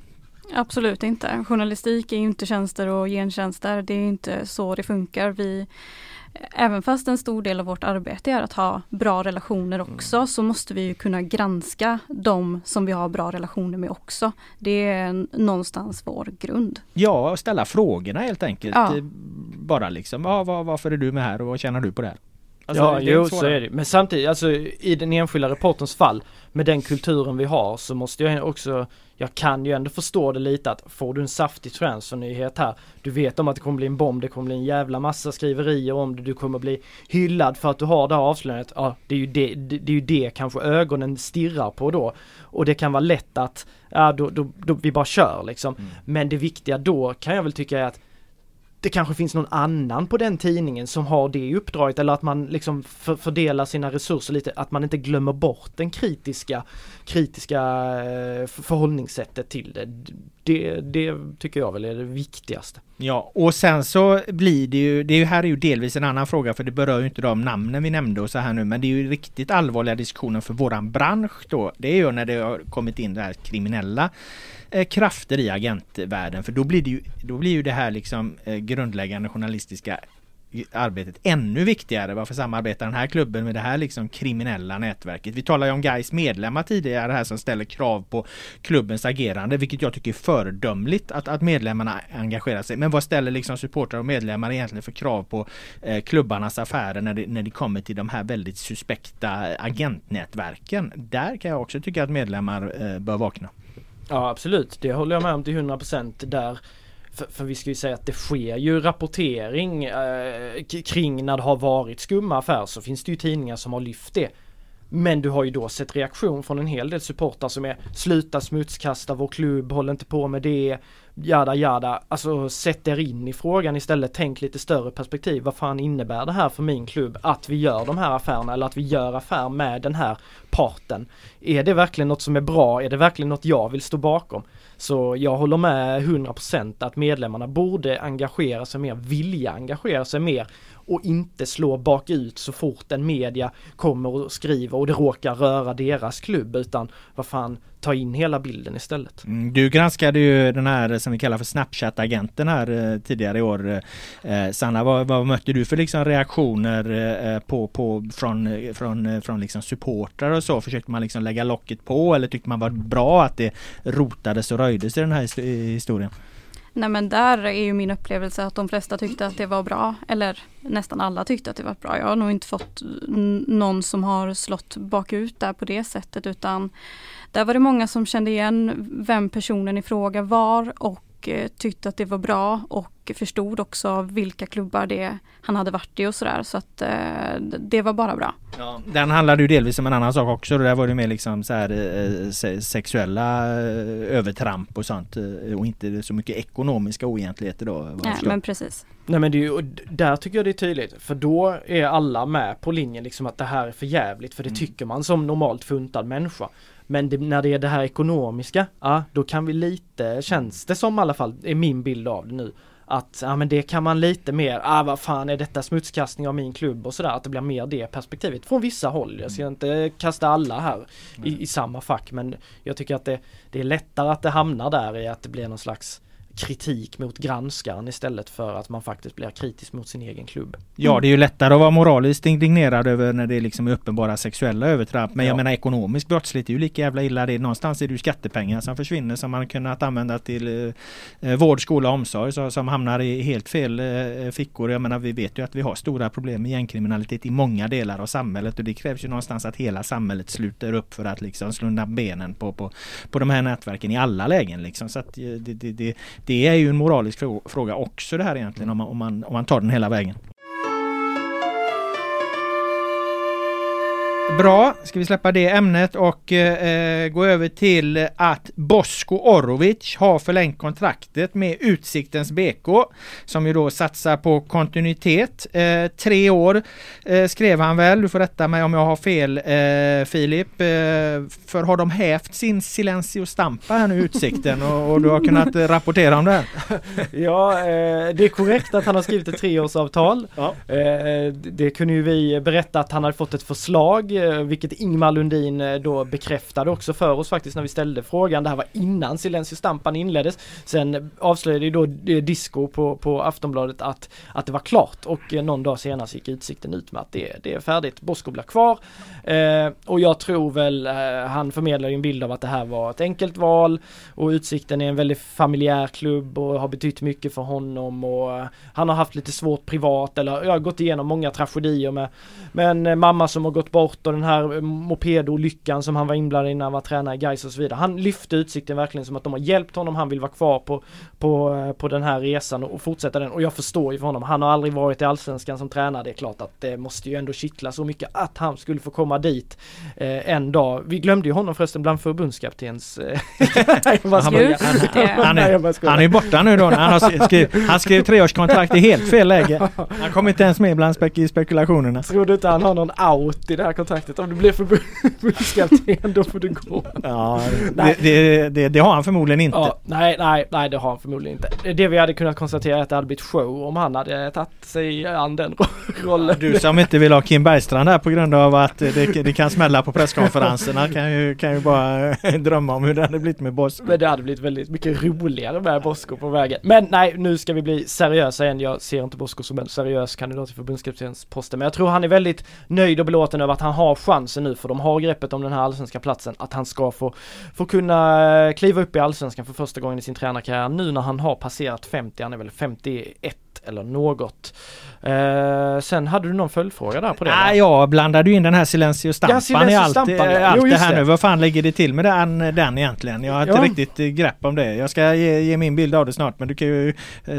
Absolut inte. Journalistik är ju inte tjänster och gentjänster. Det är inte så det funkar. Vi, även fast en stor del av vårt arbete är att ha bra relationer också, mm. så måste vi ju kunna granska de som vi har bra relationer med också. Det är någonstans vår grund. Ja, och ställa frågorna helt enkelt. Ja. Bara liksom, ja, var, varför är du med här och vad känner du på det här? Alltså, ja, jo, så är det. Men samtidigt, alltså, i den enskilda reportens fall, med den kulturen vi har, så måste jag också, jag kan ju ändå förstå det lite att får du en saftig transfernyhet här, du vet om att det kommer bli en bomb, det kommer bli en jävla massa skriverier om det, du kommer bli hyllad för att du har det här avslöjandet. Ja, det är ju det, det, det är ju det kanske ögonen stirrar på då. Och det kan vara lätt att, ja, då, då, då vi bara kör liksom. Mm. Men det viktiga då kan jag väl tycka är att det kanske finns någon annan på den tidningen som har det uppdraget, eller att man liksom för, fördelar sina resurser lite, att man inte glömmer bort den kritiska kritiska eh, förhållningssättet till det. det. Det tycker jag väl är det viktigaste. Ja, och sen så blir det ju, det här är ju delvis en annan fråga, för det berör ju inte de namnen vi nämnde och så här nu, men det är ju riktigt allvarliga diskussioner för våran bransch då. Det är ju när det har kommit in det här kriminella krafter i agentvärlden, för då blir det ju, då blir ju det här liksom eh, grundläggande journalistiska arbetet ännu viktigare. Varför samarbetar den här klubben med det här liksom kriminella nätverket? Vi talade ju om Gais medlemmar tidigare här som ställer krav på klubbens agerande, vilket jag tycker är föredömligt att, att medlemmarna engagerar sig. Men vad ställer liksom supportrar och medlemmar egentligen för krav på eh, klubbarnas affärer när det, när det kommer till de här väldigt suspekta agentnätverken? Där kan jag också tycka att medlemmar eh, bör vakna. Ja, absolut. Det håller jag med om till hundra procent där. För, för vi ska ju säga att det sker ju rapportering eh, kring när det har varit skumma affärer, så finns det ju tidningar som har lyft det. Men du har ju då sett reaktion från en hel del supportrar som är sluta smutskasta vår klubb, håll inte på med det, jada jada. Alltså sätt er in i frågan istället, tänk lite större perspektiv. Vad fan innebär det här för min klubb att vi gör de här affärerna, eller att vi gör affär med den här parten? Är det verkligen något som är bra? Är det verkligen något jag vill stå bakom? Så jag håller med hundra procent att medlemmarna borde engagera sig mer, vilja engagera sig mer och inte slå bakut så fort en media kommer och skriver och det råkar röra deras klubb, utan vad fan, ta in hela bilden istället. Mm, du granskade ju den här som vi kallar för Snapchat-agenten här eh, tidigare i år. Eh, Sanna, vad, vad mötte du för liksom reaktioner eh, på, på, från, från, från liksom supportrar och så? Försökte man liksom lägga locket på, eller tyckte man var bra att det rotades och röjdes i den här historien? Nej, men där är ju min upplevelse att de flesta tyckte att det var bra, eller nästan alla tyckte att det var bra. Jag har nog inte fått n- någon som har slått bakut där på det sättet, utan där var det många som kände igen vem personen i fråga var och eh, tyckte att det var bra och förstod också vilka klubbar det han hade varit i och sådär, så att eh, det var bara bra. Ja, den handlade ju delvis om en annan sak också, där var det mer liksom så här eh, sexuella eh, övertramp och sånt, eh, och inte så mycket ekonomiska oegentligheter då. Nej, men precis. Nej, men det är ju, där tycker jag det är tydligt, för då är alla med på linjen liksom att det här är för jävligt, för det mm. tycker man som normalt funtad människa. Men det, när det är det här ekonomiska, ja, då kan vi lite, känns det som i alla fall, är min bild av det nu, att ja, men det kan man lite mer, ah, vad fan är detta smutskastning av min klubb och sådär, att det blir mer det perspektivet från vissa håll. Jag ska inte kasta alla här i, i samma fack, men jag tycker att det, det är lättare att det hamnar där i att det blir någon slags kritik mot granskaren istället för att man faktiskt blir kritisk mot sin egen klubb. Ja, det är ju lättare att vara moraliskt indignerad över när det är liksom uppenbara sexuella övertramp, men ja. Jag menar ekonomisk brottslighet är ju lika jävla illa. Det är, någonstans är det ju skattepengar som försvinner som man kunnat använda till eh, vård, skola och omsorg, så, som hamnar i helt fel eh, fickor. Jag menar, vi vet ju att vi har stora problem med gängkriminalitet i många delar av samhället, och det krävs ju någonstans att hela samhället sluter upp för att liksom slå undan benen på, på, på de här nätverken i alla lägen liksom. Så att det, det, det Det är ju en moralisk fråga också det här egentligen, om man, om man, om man tar den hela vägen. Bra, ska vi släppa det ämnet och eh, gå över till att Bosko Orovic har förlängt kontraktet med Utsiktens B K, som ju då satsar på kontinuitet. Eh, tre år eh, skrev han väl, du får rätta mig om jag har fel eh, Filip, eh, för har de hävt sin silencio stampa här nu Utsikten och, och du har kunnat eh, rapportera om det här? Ja, eh, det är korrekt att han har skrivit ett treårsavtal. Ja. Eh, det kunde ju vi berätta att han hade fått ett förslag vilket Ingmar Lundin då bekräftade också för oss faktiskt när vi ställde frågan. Det här var innan Silencio Stampan inleddes. Sen avslöjade ju då Disco på, på Aftonbladet att, att det var klart, och någon dag senare gick Utsikten ut med att det, det är färdigt. Bosko blir kvar, eh, och jag tror väl eh, han förmedlar en bild av att det här var ett enkelt val, och Utsikten är en väldigt familjär klubb och har betytt mycket för honom, och eh, han har haft lite svårt privat, eller jag har gått igenom många tragedier med, med en eh, mamma som har gått bort, och den här mopedolyckan som han var inblandad i när han var tränare i Gais och så vidare. Han lyfte Utsikten verkligen som att de har hjälpt honom. Han vill vara kvar på, på, eh, på den här resan och, och fortsätta den, och jag förstår ju för honom. Han har aldrig varit i Allsvenskan som tränare. Det är klart att det måste ju ändå kittla så mycket att han skulle få komma dit eh, en dag. Vi glömde ju honom förresten bland förbundskaptens eh, han, han, han, är, han är borta nu då. Han, har skriv, han skrev treårskontrakt i helt fel läge. Han kommer inte ens med bland spek- spekulationerna. Tror du inte han har någon out i det här kontraktet? Om du blir förbundskapten då får du gå. Ja, det, det, det, det har han förmodligen inte. Ja, nej, nej, nej, det har han förmodligen inte. Det vi hade kunnat konstatera är att det hade blivit show om han hade tagit sig an den rollen. Du som inte vill ha Kim Bergstrand här på grund av att det, det kan smälla på presskonferenserna kan ju, kan ju bara drömma om hur det hade blivit med Bosko. Men det hade blivit väldigt mycket roligare med Bosko på vägen. Men nej, nu ska vi bli seriösa igen. Jag ser inte Bosko som en seriös kandidat till förbundskaptensposten, men jag tror han är väldigt nöjd och belåten över att han har chansen nu, för de har greppet om den här allsvenska platsen, att han ska få, få kunna kliva upp i allsvenskan för första gången i sin tränarkarriär nu när han har passerat femtio, han är väl femtioett eller något. Eh, sen hade du någon följdfråga där på det? Nej, jag blandade ju in den här Silencio Stampan ja, Silencio i allt, Stampan, ja. allt jo, det här det. nu. Vad fan ligger det till med den, den egentligen? Jag har inte ja. riktigt grepp om det. Jag ska ge, ge min bild av det snart, men du kan ju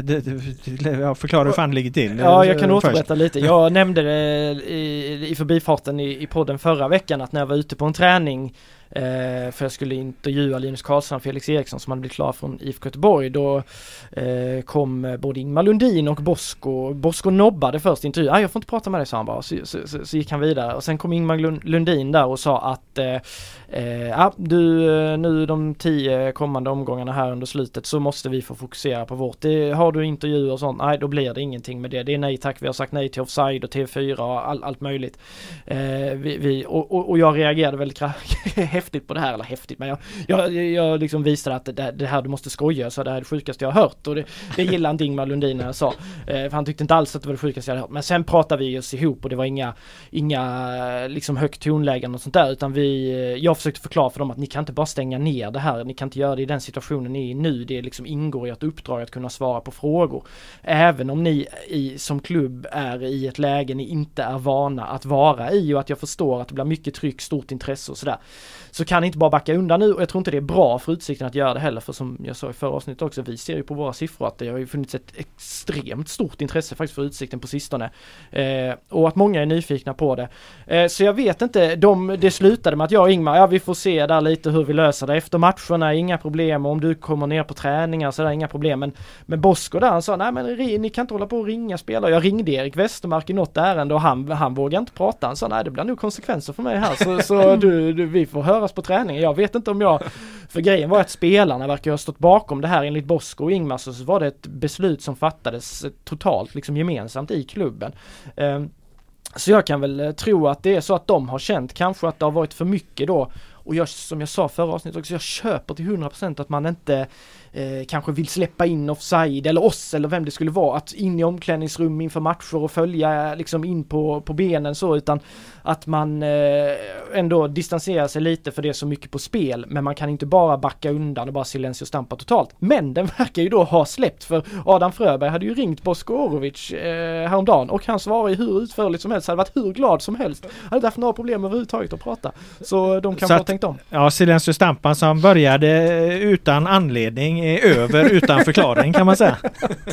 jag förklara hur fan det ligger till. Ja, jag kan återberätta lite. Jag nämnde det i, i förbifarten i, i podden förra veckan att när jag var ute på en träning Eh, för jag skulle intervjua Linus Karlsson och Felix Eriksson som hade blivit klar från I F K Göteborg. Då eh, kom både Ingmar Lundin och Bosko. Bosko nobbade först intervjun. Ah, jag får inte prata med dig, sa han bara. Så, så, så, så gick han vidare. Och sen kom Ingmar Lundin där och sa att eh, eh, ah, du, nu de tio kommande omgångarna här under slutet så måste vi få fokusera på vårt. Det, har du intervjuer och sånt? Nej, då blir det ingenting med det. Det är nej tack. Vi har sagt nej till Offside och T V fyra och all, allt möjligt. Eh, vi, vi, och, och, och jag reagerade väldigt häftigt på det här, eller häftigt, men jag, jag, jag liksom visade att det, det här du måste skoja, så det här är det sjukaste jag har hört, och det, det gillade inte Ingmar Lundin när jag sa, eh, för han tyckte inte alls att det var det sjukaste jag hade hört, men sen pratade vi oss ihop och det var inga, inga liksom högt tonlägen och sånt där, utan vi, jag försökte förklara för dem att ni kan inte bara stänga ner det här, ni kan inte göra det i den situationen ni är i nu, det liksom ingår i ett uppdrag att kunna svara på frågor, även om ni i, som klubb är i ett läge ni inte är vana att vara i, och att jag förstår att det blir mycket tryck, stort intresse och sådär, så kan ni inte bara backa undan nu, och jag tror inte det är bra för Utsikten att göra det heller, för som jag sa i förra avsnittet också, vi ser ju på våra siffror att det har ju funnits ett extremt stort intresse faktiskt för Utsikten på sistone, eh, och att många är nyfikna på det. Eh, så jag vet inte, de, det slutade med att jag och Ingmar, ja vi får se där lite hur vi löser det efter matcherna, inga problem, om du kommer ner på träningar så där, inga problem, men, men Bosko där, han sa, nej men ni kan inte hålla på och ringa spelare. Jag ringde Erik Westermark i något ärende och han, han vågade inte prata, han sa, nej det blir nog konsekvenser för mig här, så, så du, du, vi får höras på träningen. Jag vet inte om jag, för grejen var att spelarna verkar ha stått bakom det här enligt Bosko och Ingmar, så var det ett beslut som fattades totalt liksom gemensamt i klubben. Um, så jag kan väl tro att det är så att de har känt kanske att det har varit för mycket då, och jag, som jag sa förra avsnittet också, jag köper till hundra procent att man inte eh, kanske vill släppa in Offside eller oss eller vem det skulle vara, att in i omklädningsrum inför matcher och följa liksom in på, på benen så, utan att man eh, ändå distanserar sig lite för det är så mycket på spel, men man kan inte bara backa undan och bara Silencio Stampa totalt. Men den verkar ju då ha släppt, för Adam Fröberg hade ju ringt Bosko Orovic eh, häromdagen, och han svarade hur utförligt som helst, hade varit hur glad som helst, hade inte haft några problem överhuvudtaget att prata, så de kan få tänkt om. Ja, Silencio Stampan som började utan anledning är över utan förklaring, kan man säga.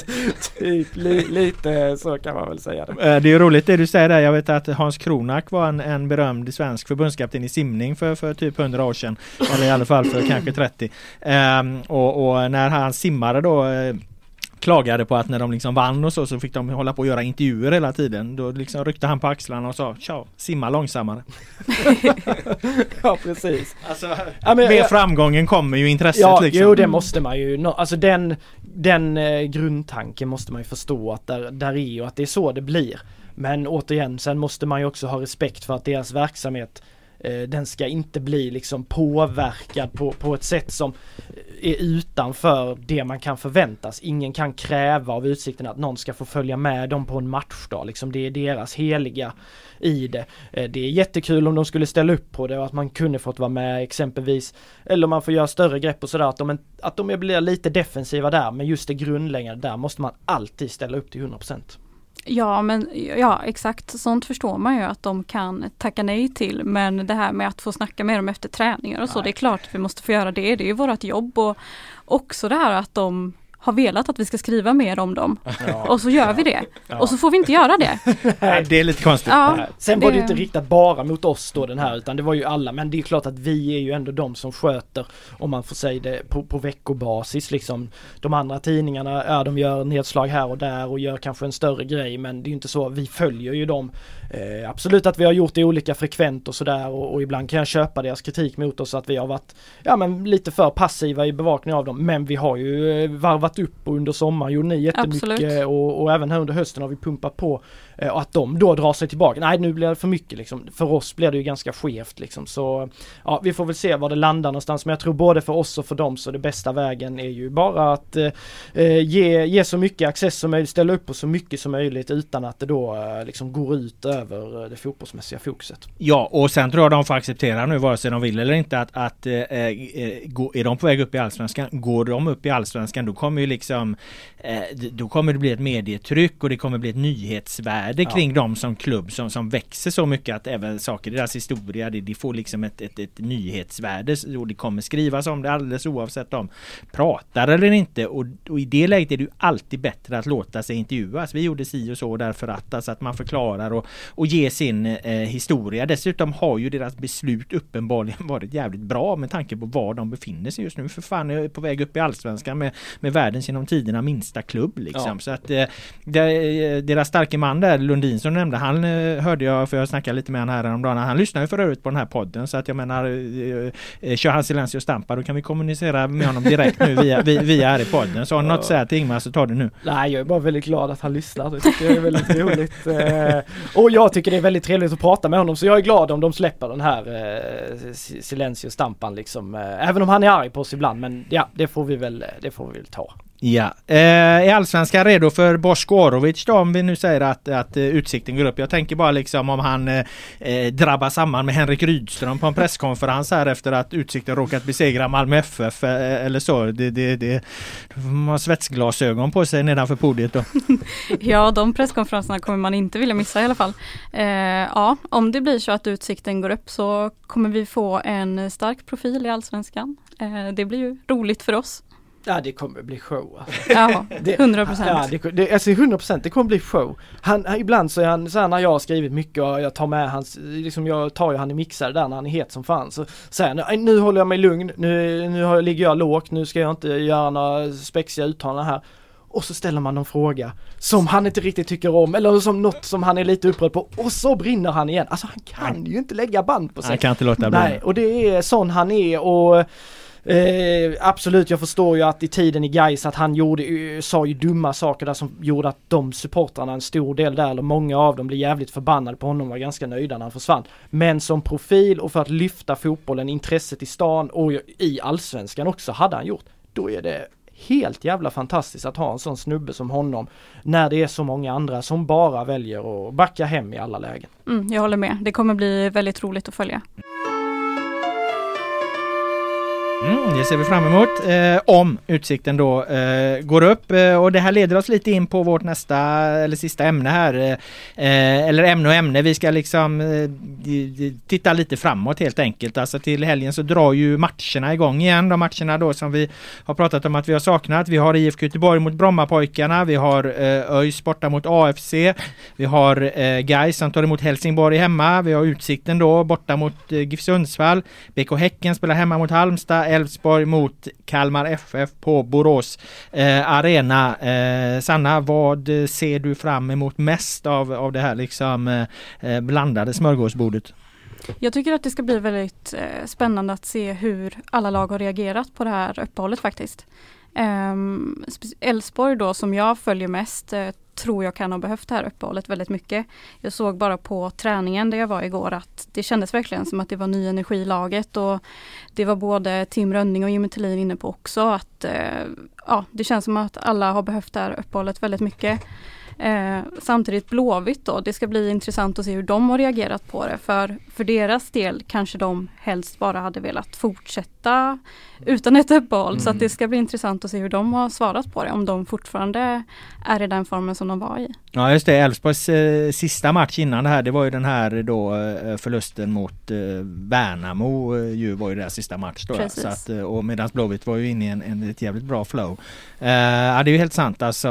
Typ, li, lite så kan man väl säga det. Det är ju roligt det du säger där. Jag vet att Hans Kronak var en, en berömd svensk förbundskapten i simning för, för typ hundra år sedan. Eller i alla fall för kanske trettio. Um, och, och när han simmade då uh, klagade på att när de liksom vann och så, så fick de hålla på att göra intervjuer hela tiden. Då liksom ryckte han på axlarna och sa, tja, simma långsammare. Ja, precis. Alltså, ja, men, med jag, framgången kommer ju intresset. Ja, liksom. Jo, det måste man ju. No, alltså den, den eh, grundtanken måste man ju förstå att där, där är ju att det är så det blir. Men återigen, sen måste man ju också ha respekt för att deras verksamhet, eh, den ska inte bli liksom påverkad på, på ett sätt som är utanför det man kan förväntas. Ingen kan kräva av Utsikten att någon ska få följa med dem på en matchdag. Liksom det är deras heliga i det. Eh, det är jättekul om de skulle ställa upp på det och att man kunde fått vara med exempelvis. Eller man får göra större grepp och sådär. Att de, att de blir lite defensiva där, men just det grundläggande där måste man alltid ställa upp till hundra procent. Ja, men ja, exakt. Sånt förstår man ju att de kan tacka nej till. Men det här med att få snacka med dem efter träningar och så, nej. Det är klart att vi måste få göra det. Det är ju vårt jobb, och också det här att de har velat att vi ska skriva mer om dem. Ja. Och så gör ja. vi det. Ja. Och så får vi inte göra det. Nej, det är lite konstigt. Ja, Sen det... var det inte riktat bara mot oss då den här, utan det var ju alla. Men det är klart att vi är ju ändå de som sköter, om man får säga det, på, på veckobasis liksom. De andra tidningarna, ja, de gör nedslag här och där och gör kanske en större grej, men det är ju inte så. Vi följer ju dem. Eh, absolut att vi har gjort det olika frekvent och sådär, och, och ibland kan jag köpa deras kritik mot oss att vi har varit ja, men lite för passiva i bevakning av dem. Men vi har ju varvat upp, och under sommaren gjorde ni jättemycket och, och även här under hösten har vi pumpat på, eh, och att de då drar sig tillbaka. Nej, nu blir det för mycket liksom. För oss blir det ju ganska skevt liksom. Så ja, vi får väl se var det landar någonstans, men jag tror både för oss och för dem så det bästa vägen är ju bara att eh, ge, ge så mycket access som möjligt, ställa upp på så mycket som möjligt utan att det då eh, liksom går ut över det fotbollsmässiga fokuset. Ja, och sen tror jag de får acceptera nu, vare sig de vill eller inte, att, att eh, gå, är de på väg upp i Allsvenskan, går de upp i Allsvenskan, då kommer ju liksom eh, då kommer det bli ett medietryck och det kommer bli ett nyhetsvärde kring ja. dem som klubb som, som växer så mycket att även saker i deras historia, det, det får liksom ett, ett, ett nyhetsvärde, och det kommer skrivas om det alldeles oavsett om pratar eller inte, och, och i det läget är det ju alltid bättre att låta sig intervjuas. Vi gjorde si och så därför att, alltså att man förklarar och, och ger sin eh, historia. Dessutom har ju deras beslut uppenbarligen varit jävligt bra med tanke på var de befinner sig just nu. För fan är på väg upp i Allsvenskan med, med världens genom tiderna minsta klubb liksom. Ja. Så att eh, det, deras starke man där, Lundin som nämnde, han eh, hörde jag, för jag snackade lite med han här om dagen, han lyssnar ju för övrigt på den här podden, så att jag menar eh, eh, kör han Silencio Stampa, då kan vi kommunicera med honom direkt nu via, via, via här i podden. Så har något att säga till Ingmar så tar det nu. Nej, jag är bara väldigt glad att han lyssnar. Det tycker jag är väldigt roligt. Eh, och jag tycker det är väldigt trevligt att prata med honom, så jag är glad om de släpper den här eh, Silencio Stampan liksom. Eh, även om han är arg på oss ibland, men ja, det får vi väl, det får vi väl ta. Ja, eh, är Allsvenskan redo för Bosko Orovic då, om vi nu säger att, att uh, Utsikten går upp? Jag tänker bara liksom om han eh, drabbar samman med Henrik Rydström på en presskonferens här efter att Utsikten råkat besegra Malmö F F eh, eller så. Det, det, det, man har svetsglasögon på sig nedanför podiet då. Ja, de presskonferenserna kommer man inte vilja missa i alla fall. Eh, ja, om det blir så att Utsikten går upp så kommer vi få en stark profil i Allsvenskan. Eh, det blir ju roligt för oss. Ja, det kommer bli show. Ja, hundra procent. Ja, det, det, alltså hundra procent, det kommer bli show. Han, ibland så är han så här, när jag har skrivit mycket och jag tar med hans, liksom jag tar ju han i mixar där när han är het som fan, så säger han, nu håller jag mig lugn, nu, nu har, ligger jag lågt, nu ska jag inte göra några spexiga uttalanden här. Och så ställer man någon fråga som han inte riktigt tycker om, eller som något som han är lite upprörd på, och så brinner han igen. Alltså han kan Nej. ju inte lägga band på sig. Han kan inte låta bli. Nej, och det är sån han är, och Eh, absolut, jag förstår ju att i tiden i Gais att han gjorde, sa ju dumma saker där som gjorde att de supportrarna, en stor del där, eller många av dem, blev jävligt förbannade på honom och var ganska nöjda när han försvann. Men som profil och för att lyfta fotbollen, intresset i stan och i Allsvenskan också, hade han gjort, då är det helt jävla fantastiskt att ha en sån snubbe som honom när det är så många andra som bara väljer att backa hem i alla lägen. Mm, jag håller med, det kommer bli väldigt roligt att följa. Mm, det ser vi fram emot eh, om Utsikten då eh, går upp, eh, och det här leder oss lite in på vårt nästa eller sista ämne här, eh, eller ämne och ämne. Vi ska liksom eh, titta lite framåt helt enkelt. Alltså till helgen så drar ju matcherna igång igen, de matcherna då som vi har pratat om att vi har saknat. Vi har I F K Göteborg mot Brommapojkarna, vi har eh, ÖIS borta mot A F C, vi har eh, Gais som tar emot Helsingborg hemma, vi har Utsikten då borta mot eh, GIF Sundsvall, B K Häcken spelar hemma mot Halmstad, Elfsborg mot Kalmar F F på Borås eh, arena. Eh, Sanna, vad ser du fram emot mest av, av det här liksom eh, blandade smörgåsbordet? Jag tycker att det ska bli väldigt eh, spännande att se hur alla lag har reagerat på det här uppehållet faktiskt. Elfsborg då som jag följer mest eh, tror jag kan ha behövt det här uppehållet väldigt mycket. Jag såg bara på träningen där jag var igår att det kändes verkligen som att det var ny energi i laget och det var både Tim Rönning och Jimmy Tillin inne på också att eh, ja, det känns som att alla har behövt det här uppehållet väldigt mycket. Eh, samtidigt Blåvitt då, det ska bli intressant att se hur de har reagerat på det för, för deras del kanske de helst bara hade velat fortsätta utan ett uppehåll mm. så att det ska bli intressant att se hur de har svarat på det, om de fortfarande är i den formen som de var i. Ja just det, Elfsborgs eh, sista match innan det här, det var ju den här då eh, förlusten mot eh, Värnamo eh, ju var ju deras sista match då, så att, eh, och medan Blåvitt var ju inne i en, en ett jävligt bra flow. Eh, ja det är ju helt sant alltså,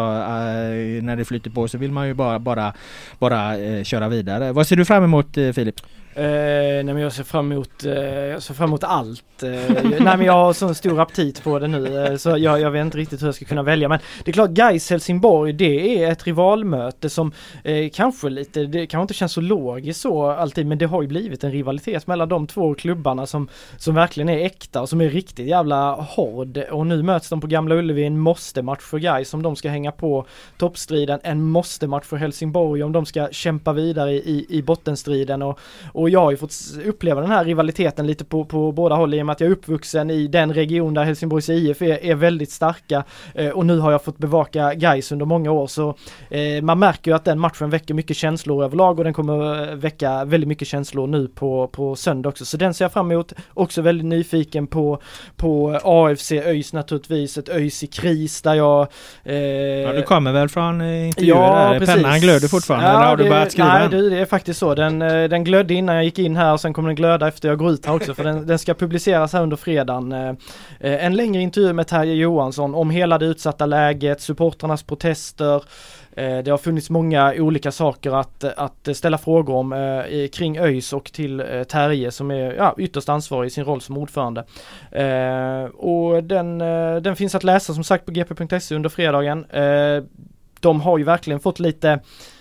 eh, när det flyter på så vill man ju bara, bara, bara eh, köra vidare. Vad ser du fram emot eh, Filip? Uh, nej men jag ser fram emot, uh, jag ser fram emot allt. Uh, nej men jag har sån stor aptit på det nu uh, så jag, jag vet inte riktigt hur jag ska kunna välja. Men det är klart, Gais Helsingborg, det är ett rivalmöte som uh, kanske lite, det kanske inte känns så logiskt så alltid, men det har ju blivit en rivalitet mellan de två klubbarna som, som verkligen är äkta och som är riktigt jävla hård. Och nu möts de på Gamla Ullevi, en måste-match för Gais om de ska hänga på toppstriden, en måste-match för Helsingborg om de ska kämpa vidare i, i bottenstriden och, och Och jag har ju fått uppleva den här rivaliteten lite på, på båda håll i och med att jag är uppvuxen i den region där Helsingborgs I F är, är väldigt starka eh, och nu har jag fått bevaka Gais under många år så eh, man märker ju att den matchen väcker mycket känslor överlag och den kommer väcka väldigt mycket känslor nu på, på söndag också. Så den ser jag fram emot. Också väldigt nyfiken på, på A F C ÖIS naturligtvis, ett ÖIS i kris där jag... Eh, ja, du kommer väl från eh, intervjuer ja, där? Precis. Pennan glöder fortfarande, ja, eller har det, du börjat skriva nej, den? Det, det är faktiskt så. Den, den glödde innan jag gick in här och sen kommer den glöda efter jag går ut här också för den, den ska publiceras här under fredagen. Eh, en längre intervju med Terje Johansson om hela det utsatta läget, supporternas protester. Eh, det har funnits många olika saker att, att ställa frågor om eh, kring ÖIS och till eh, Terje som är ja, ytterst ansvarig i sin roll som ordförande. Eh, och den, eh, den finns att läsa som sagt på g p punkt se under fredagen. Eh, de har ju verkligen fått lite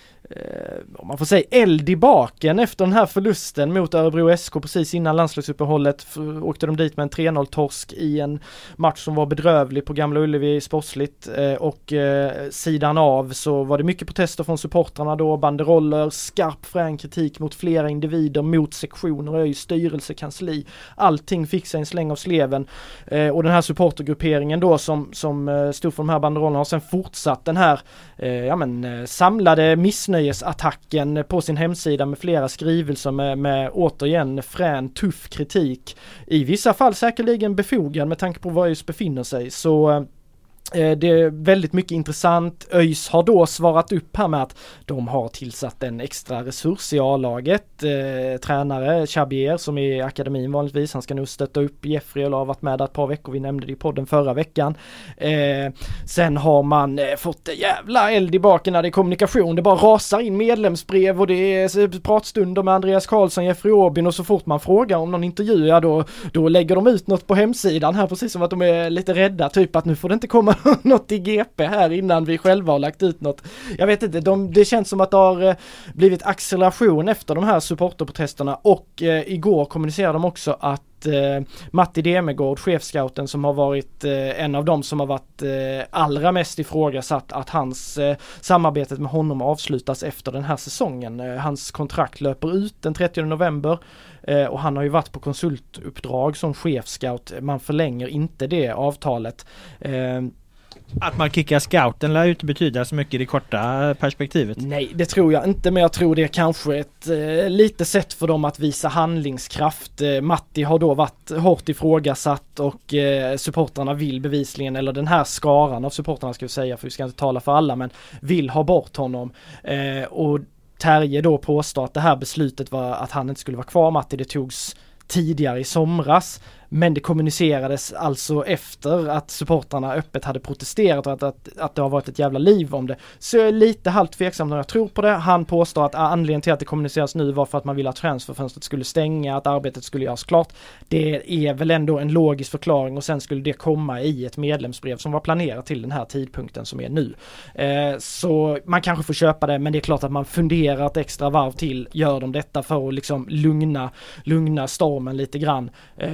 om man får säga eld i baken efter den här förlusten mot Örebro S K precis innan landslagsuppehållet. F- åkte de dit med en tre noll torsk i en match som var bedrövlig på Gamla Ullevi sportsligt eh, och eh, sidan av så var det mycket protester från supportrarna då, banderoller, skarp frän kritik mot flera individer, mot sektioner och styrelsekansli. Allting fick sig en släng av sleven eh, och den här supportergrupperingen då som, som eh, stod för de här banderollerna har sen fortsatt den här eh, ja, men, eh, samlade missnöje attacken på sin hemsida med flera skrivelser med, med återigen frän, tuff kritik. I vissa fall säkerligen befogad med tanke på var ÖIS befinner sig. Så det är väldigt mycket intressant. ÖIS har då svarat upp här med att de har tillsatt en extra resurs i A-laget. Eh, tränare Chabier som är i akademin vanligtvis. Han ska nu stötta upp Jeffrey och har varit med där ett par veckor. Vi nämnde det i podden förra veckan. Eh, sen har man eh, fått jävla eld i baken när det är kommunikation. Det bara rasar in medlemsbrev och det är pratstunder med Andreas Karlsson, Jeffrey Åbin och så fort man frågar om någon intervju, ja då, då lägger de ut något på hemsidan här precis som att de är lite rädda. Typ att nu får det inte komma något i G P här innan vi själva har lagt ut något. Jag vet inte, de, det känns som att det har eh, blivit acceleration efter de här supporterprotesterna och eh, igår kommunicerade de också att eh, Matti Demegård, chefscouten som har varit eh, en av dem som har varit eh, allra mest ifrågasatt att hans eh, samarbetet med honom avslutas efter den här säsongen. Eh, hans kontrakt löper ut den trettionde november eh, och han har ju varit på konsultuppdrag som chefscout. Man förlänger inte det avtalet. Eh, Att man kickar scouten lär ju inte betyda så mycket i det korta perspektivet. Nej, det tror jag inte, men jag tror det är kanske ett eh, lite sätt för dem att visa handlingskraft. Eh, Matti har då varit hårt ifrågasatt och eh, supportrarna vill bevisligen, eller den här skaran av supportrarna ska vi säga, för vi ska inte tala för alla, men vill ha bort honom. Eh, och Terje då påstår att det här beslutet var att han inte skulle vara kvar. Matti, det togs tidigare i somras. Men det kommunicerades alltså efter att supportrarna öppet hade protesterat och att, att, att det har varit ett jävla liv om det. Så jag är lite halvt tveksam när jag tror på det. Han påstår att anledningen till att det kommuniceras nu var för att man ville att transferfönstret skulle stänga, att arbetet skulle göras klart. Det är väl ändå en logisk förklaring och sen skulle det komma i ett medlemsbrev som var planerat till den här tidpunkten som är nu. Eh, så man kanske får köpa det, men det är klart att man funderar ett extra varv till. Gör de detta för att liksom lugna, lugna stormen lite grann? Eh, de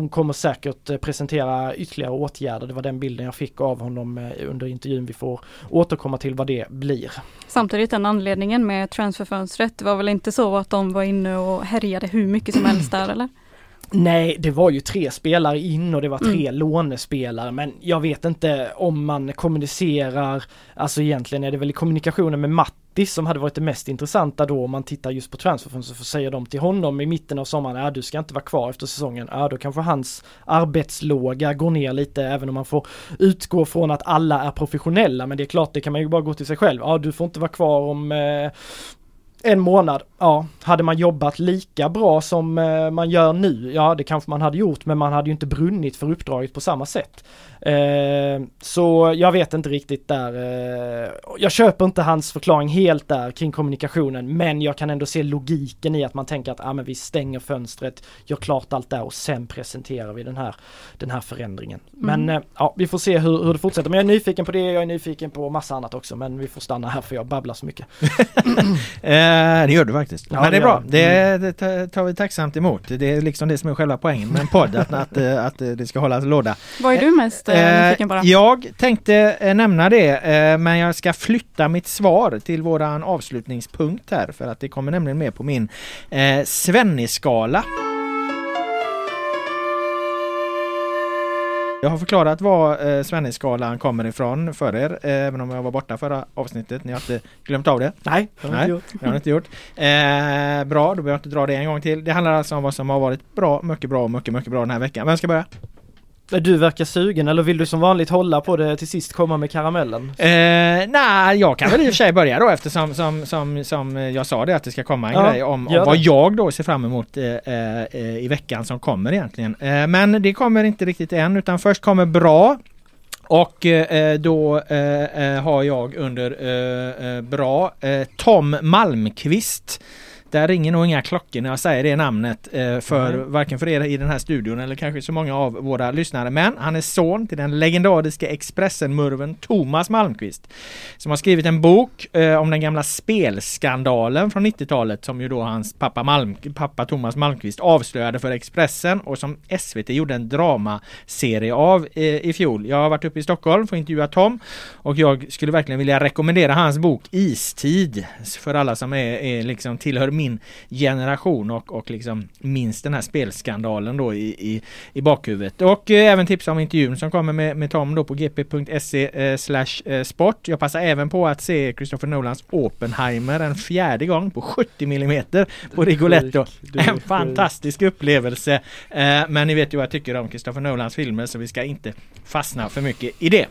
de kommer säkert presentera ytterligare åtgärder. Det var den bilden jag fick av honom under intervjun. Vi får återkomma till vad det blir. Samtidigt den anledningen med transferfönstret, det var väl inte så att de var inne och härjade hur mycket som helst där, eller? Nej, det var ju tre spelare in och det var tre mm. lånespelare, men jag vet inte om man kommunicerar, alltså egentligen är det väl i kommunikationen med Matti som hade varit det mest intressanta då om man tittar just på transferfönstret, så säger de till honom i mitten av sommaren, ja, du ska inte vara kvar efter säsongen, ja, då kanske hans arbetslåga går ner lite, även om man får utgå från att alla är professionella, men det är klart, det kan man ju bara gå till sig själv, ja, du får inte vara kvar om eh, en månad. Ja, hade man jobbat lika bra som eh, man gör nu, ja det kanske man hade gjort, men man hade ju inte brunnit för uppdraget på samma sätt. Eh, så jag vet inte riktigt där. Eh, jag köper inte hans förklaring helt där kring kommunikationen, men jag kan ändå se logiken i att man tänker att ah, men vi stänger fönstret, gör klart allt där och sen presenterar vi den här, den här förändringen. Mm. Men eh, ja, vi får se hur, hur det fortsätter. Men jag är nyfiken på det, jag är nyfiken på massa annat också, men vi får stanna här för jag babblar så mycket. eh, det gör du faktiskt. Ja, men det är bra. Det, mm. det tar vi tacksamt emot. Det är liksom det som är själva poängen med en podd, att, att, att det ska hållas låda. Vad är du mest eh, nyfiken på? Jag tänkte eh, nämna det, eh, men jag ska flytta mitt svar till våran avslutningspunkt här, för att det kommer nämligen med på min eh, Svenny-skala. Jag har förklarat var eh, Svenny-skalan kommer ifrån för er, eh, även om jag var borta förra avsnittet. Ni har inte glömt av det? Nej, det har jag inte gjort. Jag har inte gjort. Eh, bra, då behöver jag inte dra det en gång till. Det handlar alltså om vad som har varit bra, mycket bra och mycket, mycket bra den här veckan. Vem ska börja? Du verkar sugen, eller vill du som vanligt hålla på det till sist, komma med karamellen? Eh, nej, jag kan väl i och för sig börja då, eftersom som, som, som jag sa det, att det ska komma en ja, grej om, om vad jag då ser fram emot eh, eh, i veckan som kommer egentligen. Eh, men det kommer inte riktigt än, utan först kommer bra. Och eh, då eh, har jag under eh, bra eh, Tom Malmqvist. Där ringer nog inga klockor när jag säger det namnet eh, för mm. varken för er i den här studion eller kanske så många av våra lyssnare. Men han är son till den legendariska Expressen-murven Thomas Malmqvist, som har skrivit en bok eh, om den gamla spelskandalen från nittiotalet, som ju då hans pappa, Malm, pappa Thomas Malmqvist avslöjade för Expressen, och som S V T gjorde en dramaserie av eh, i fjol. Jag har varit uppe i Stockholm för att intervjua Tom, och jag skulle verkligen vilja rekommendera hans bok Istid för alla som är, är liksom tillhör min generation och, och liksom minst den här spelskandalen då i, i, i bakhuvudet. Och eh, även tipsa om intervjun som kommer med, med Tom då på gp.se eh, slash sport. Jag passar även på att se Christopher Nolans Oppenheimer en fjärde gång på sjuttio millimeter på Rigoletto. En fantastisk upplevelse. Eh, men ni vet ju vad jag tycker om Christopher Nolans filmer, så vi ska inte fastna för mycket i det.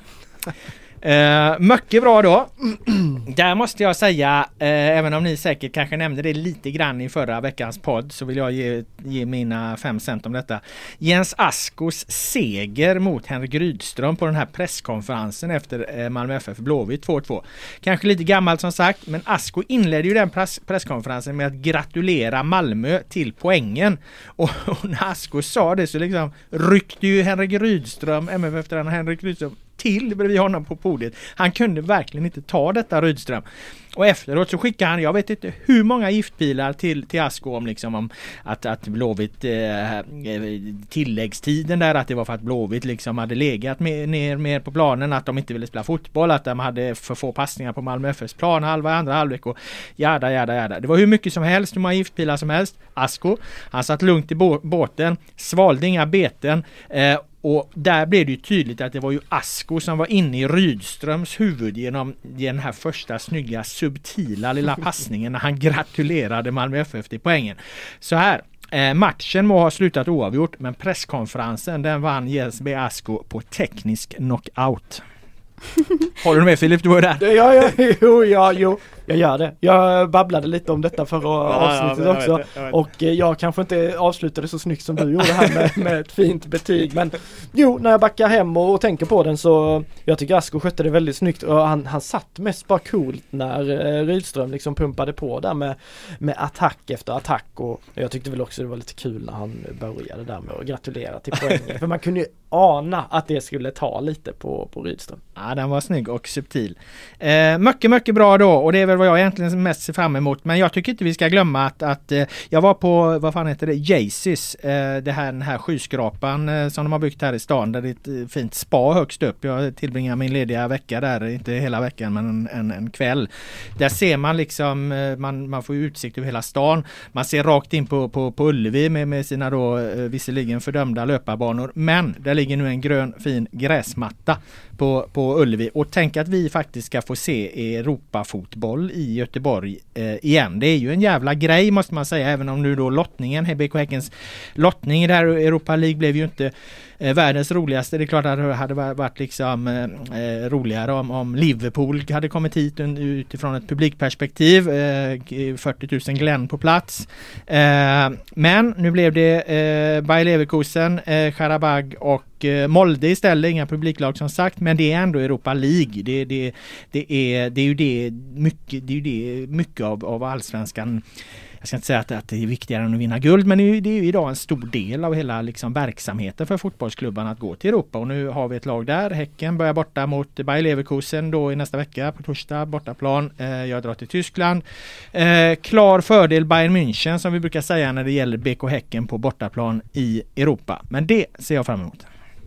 Uh, mycket bra då. Där måste jag säga, uh, även om ni säkert kanske nämnde det lite grann i förra veckans podd, så vill jag ge, ge mina fem cent om detta. Jens Askos seger mot Henrik Rydström på den här presskonferensen efter uh, Malmö F F Blåvitt två två. Kanske lite gammalt som sagt, men Asko inledde ju den press- presskonferensen med att gratulera Malmö till poängen. Och, och när Asko sa det så liksom ryckte ju Henrik Rydström, M F F-tränaren Henrik Rydström, till bredvid honom på podiet. Han kunde verkligen inte ta detta, Rydström. Och efteråt så skickade han, jag vet inte hur många giftpilar till, till Asko om, liksom, om att, att Blåvitt eh, tilläggstiden där, att det var för att Blåvitt liksom hade legat med, ner mer på planen, att de inte ville spela fotboll, att de hade för få passningar på Malmö F F:s plan halva andra halvlek och jada, jada, jada. Det var hur mycket som helst, hur många giftpilar som helst. Asko, han satt lugnt i bå- båten, svalde inga beten, eh, och där blev det ju tydligt att det var ju Asko som var inne i Rydströms huvud genom den här första snygga subtila lilla passningen när han gratulerade Malmö F F till poängen. Så här, eh, matchen må ha slutat oavgjort, men presskonferensen den vann Jens B. Asko på teknisk knockout. Håller du med, Filip? Du var där. Ja, ja, jo, ja, jo. Jag gör det. Jag babblade lite om detta förra ja, avsnittet ja, också. Vet, jag och jag kanske inte avslutade så snyggt som du gjorde här med, med ett fint betyg. Men jo, när jag backar hem och, och tänker på den, så jag tycker Asko skötte det väldigt snyggt. Och han, han satt mest bara coolt när eh, Rydström liksom pumpade på där med, med attack efter attack. Och jag tyckte väl också det var lite kul när han började där med att gratulera till poängen. För man kunde ju ana att det skulle ta lite på, på Rydström. Ja, den var snygg och subtil. Eh, mycket, mycket bra då. Och det är väl vad jag egentligen mest ser fram emot. Men jag tycker inte vi ska glömma att, att eh, jag var på, vad fan heter det, Jaycees, eh, det här, den här skyskrapan eh, som de har byggt här i stan, där det är ett eh, fint spa högst upp. Jag tillbringar min lediga vecka där, inte hela veckan men en, en, en kväll. Där ser man liksom, eh, man, man får utsikt över hela stan. Man ser rakt in på, på, på Ullevi med, med sina då eh, visserligen fördömda löparbanor. Men där ligger nu en grön fin gräsmatta på, på Ullevi. Och tänk att vi faktiskt ska få se Europafotboll i Göteborg eh, igen. Det är ju en jävla grej måste man säga, även om nu då lottningen, B K Häckens lottning i det här Europa League blev ju inte eh, världens roligaste. Det är klart att det hade varit liksom eh, roligare om, om Liverpool hade kommit hit utifrån ett publikperspektiv. Eh, fyrtio tusen Glenn på plats. Eh, men nu blev det eh, Bayer Leverkusen, eh, Karabag och Molde istället, inga publiklag som sagt, men det är ändå Europa League. Det, det, det, är, det är ju det mycket, det är ju det mycket av, av allsvenskan. Jag ska inte säga att, att det är viktigare än att vinna guld, men det är ju, det är ju idag en stor del av hela liksom, verksamheten för fotbollsklubbarna att gå till Europa. Och nu har vi ett lag där. Häcken börjar borta mot Bayer Leverkusen då i nästa vecka på torsdag, bortaplan. Eh, jag drar till Tyskland. Eh, klar fördel Bayern München som vi brukar säga när det gäller B K Häcken på bortaplan i Europa. Men det ser jag fram emot.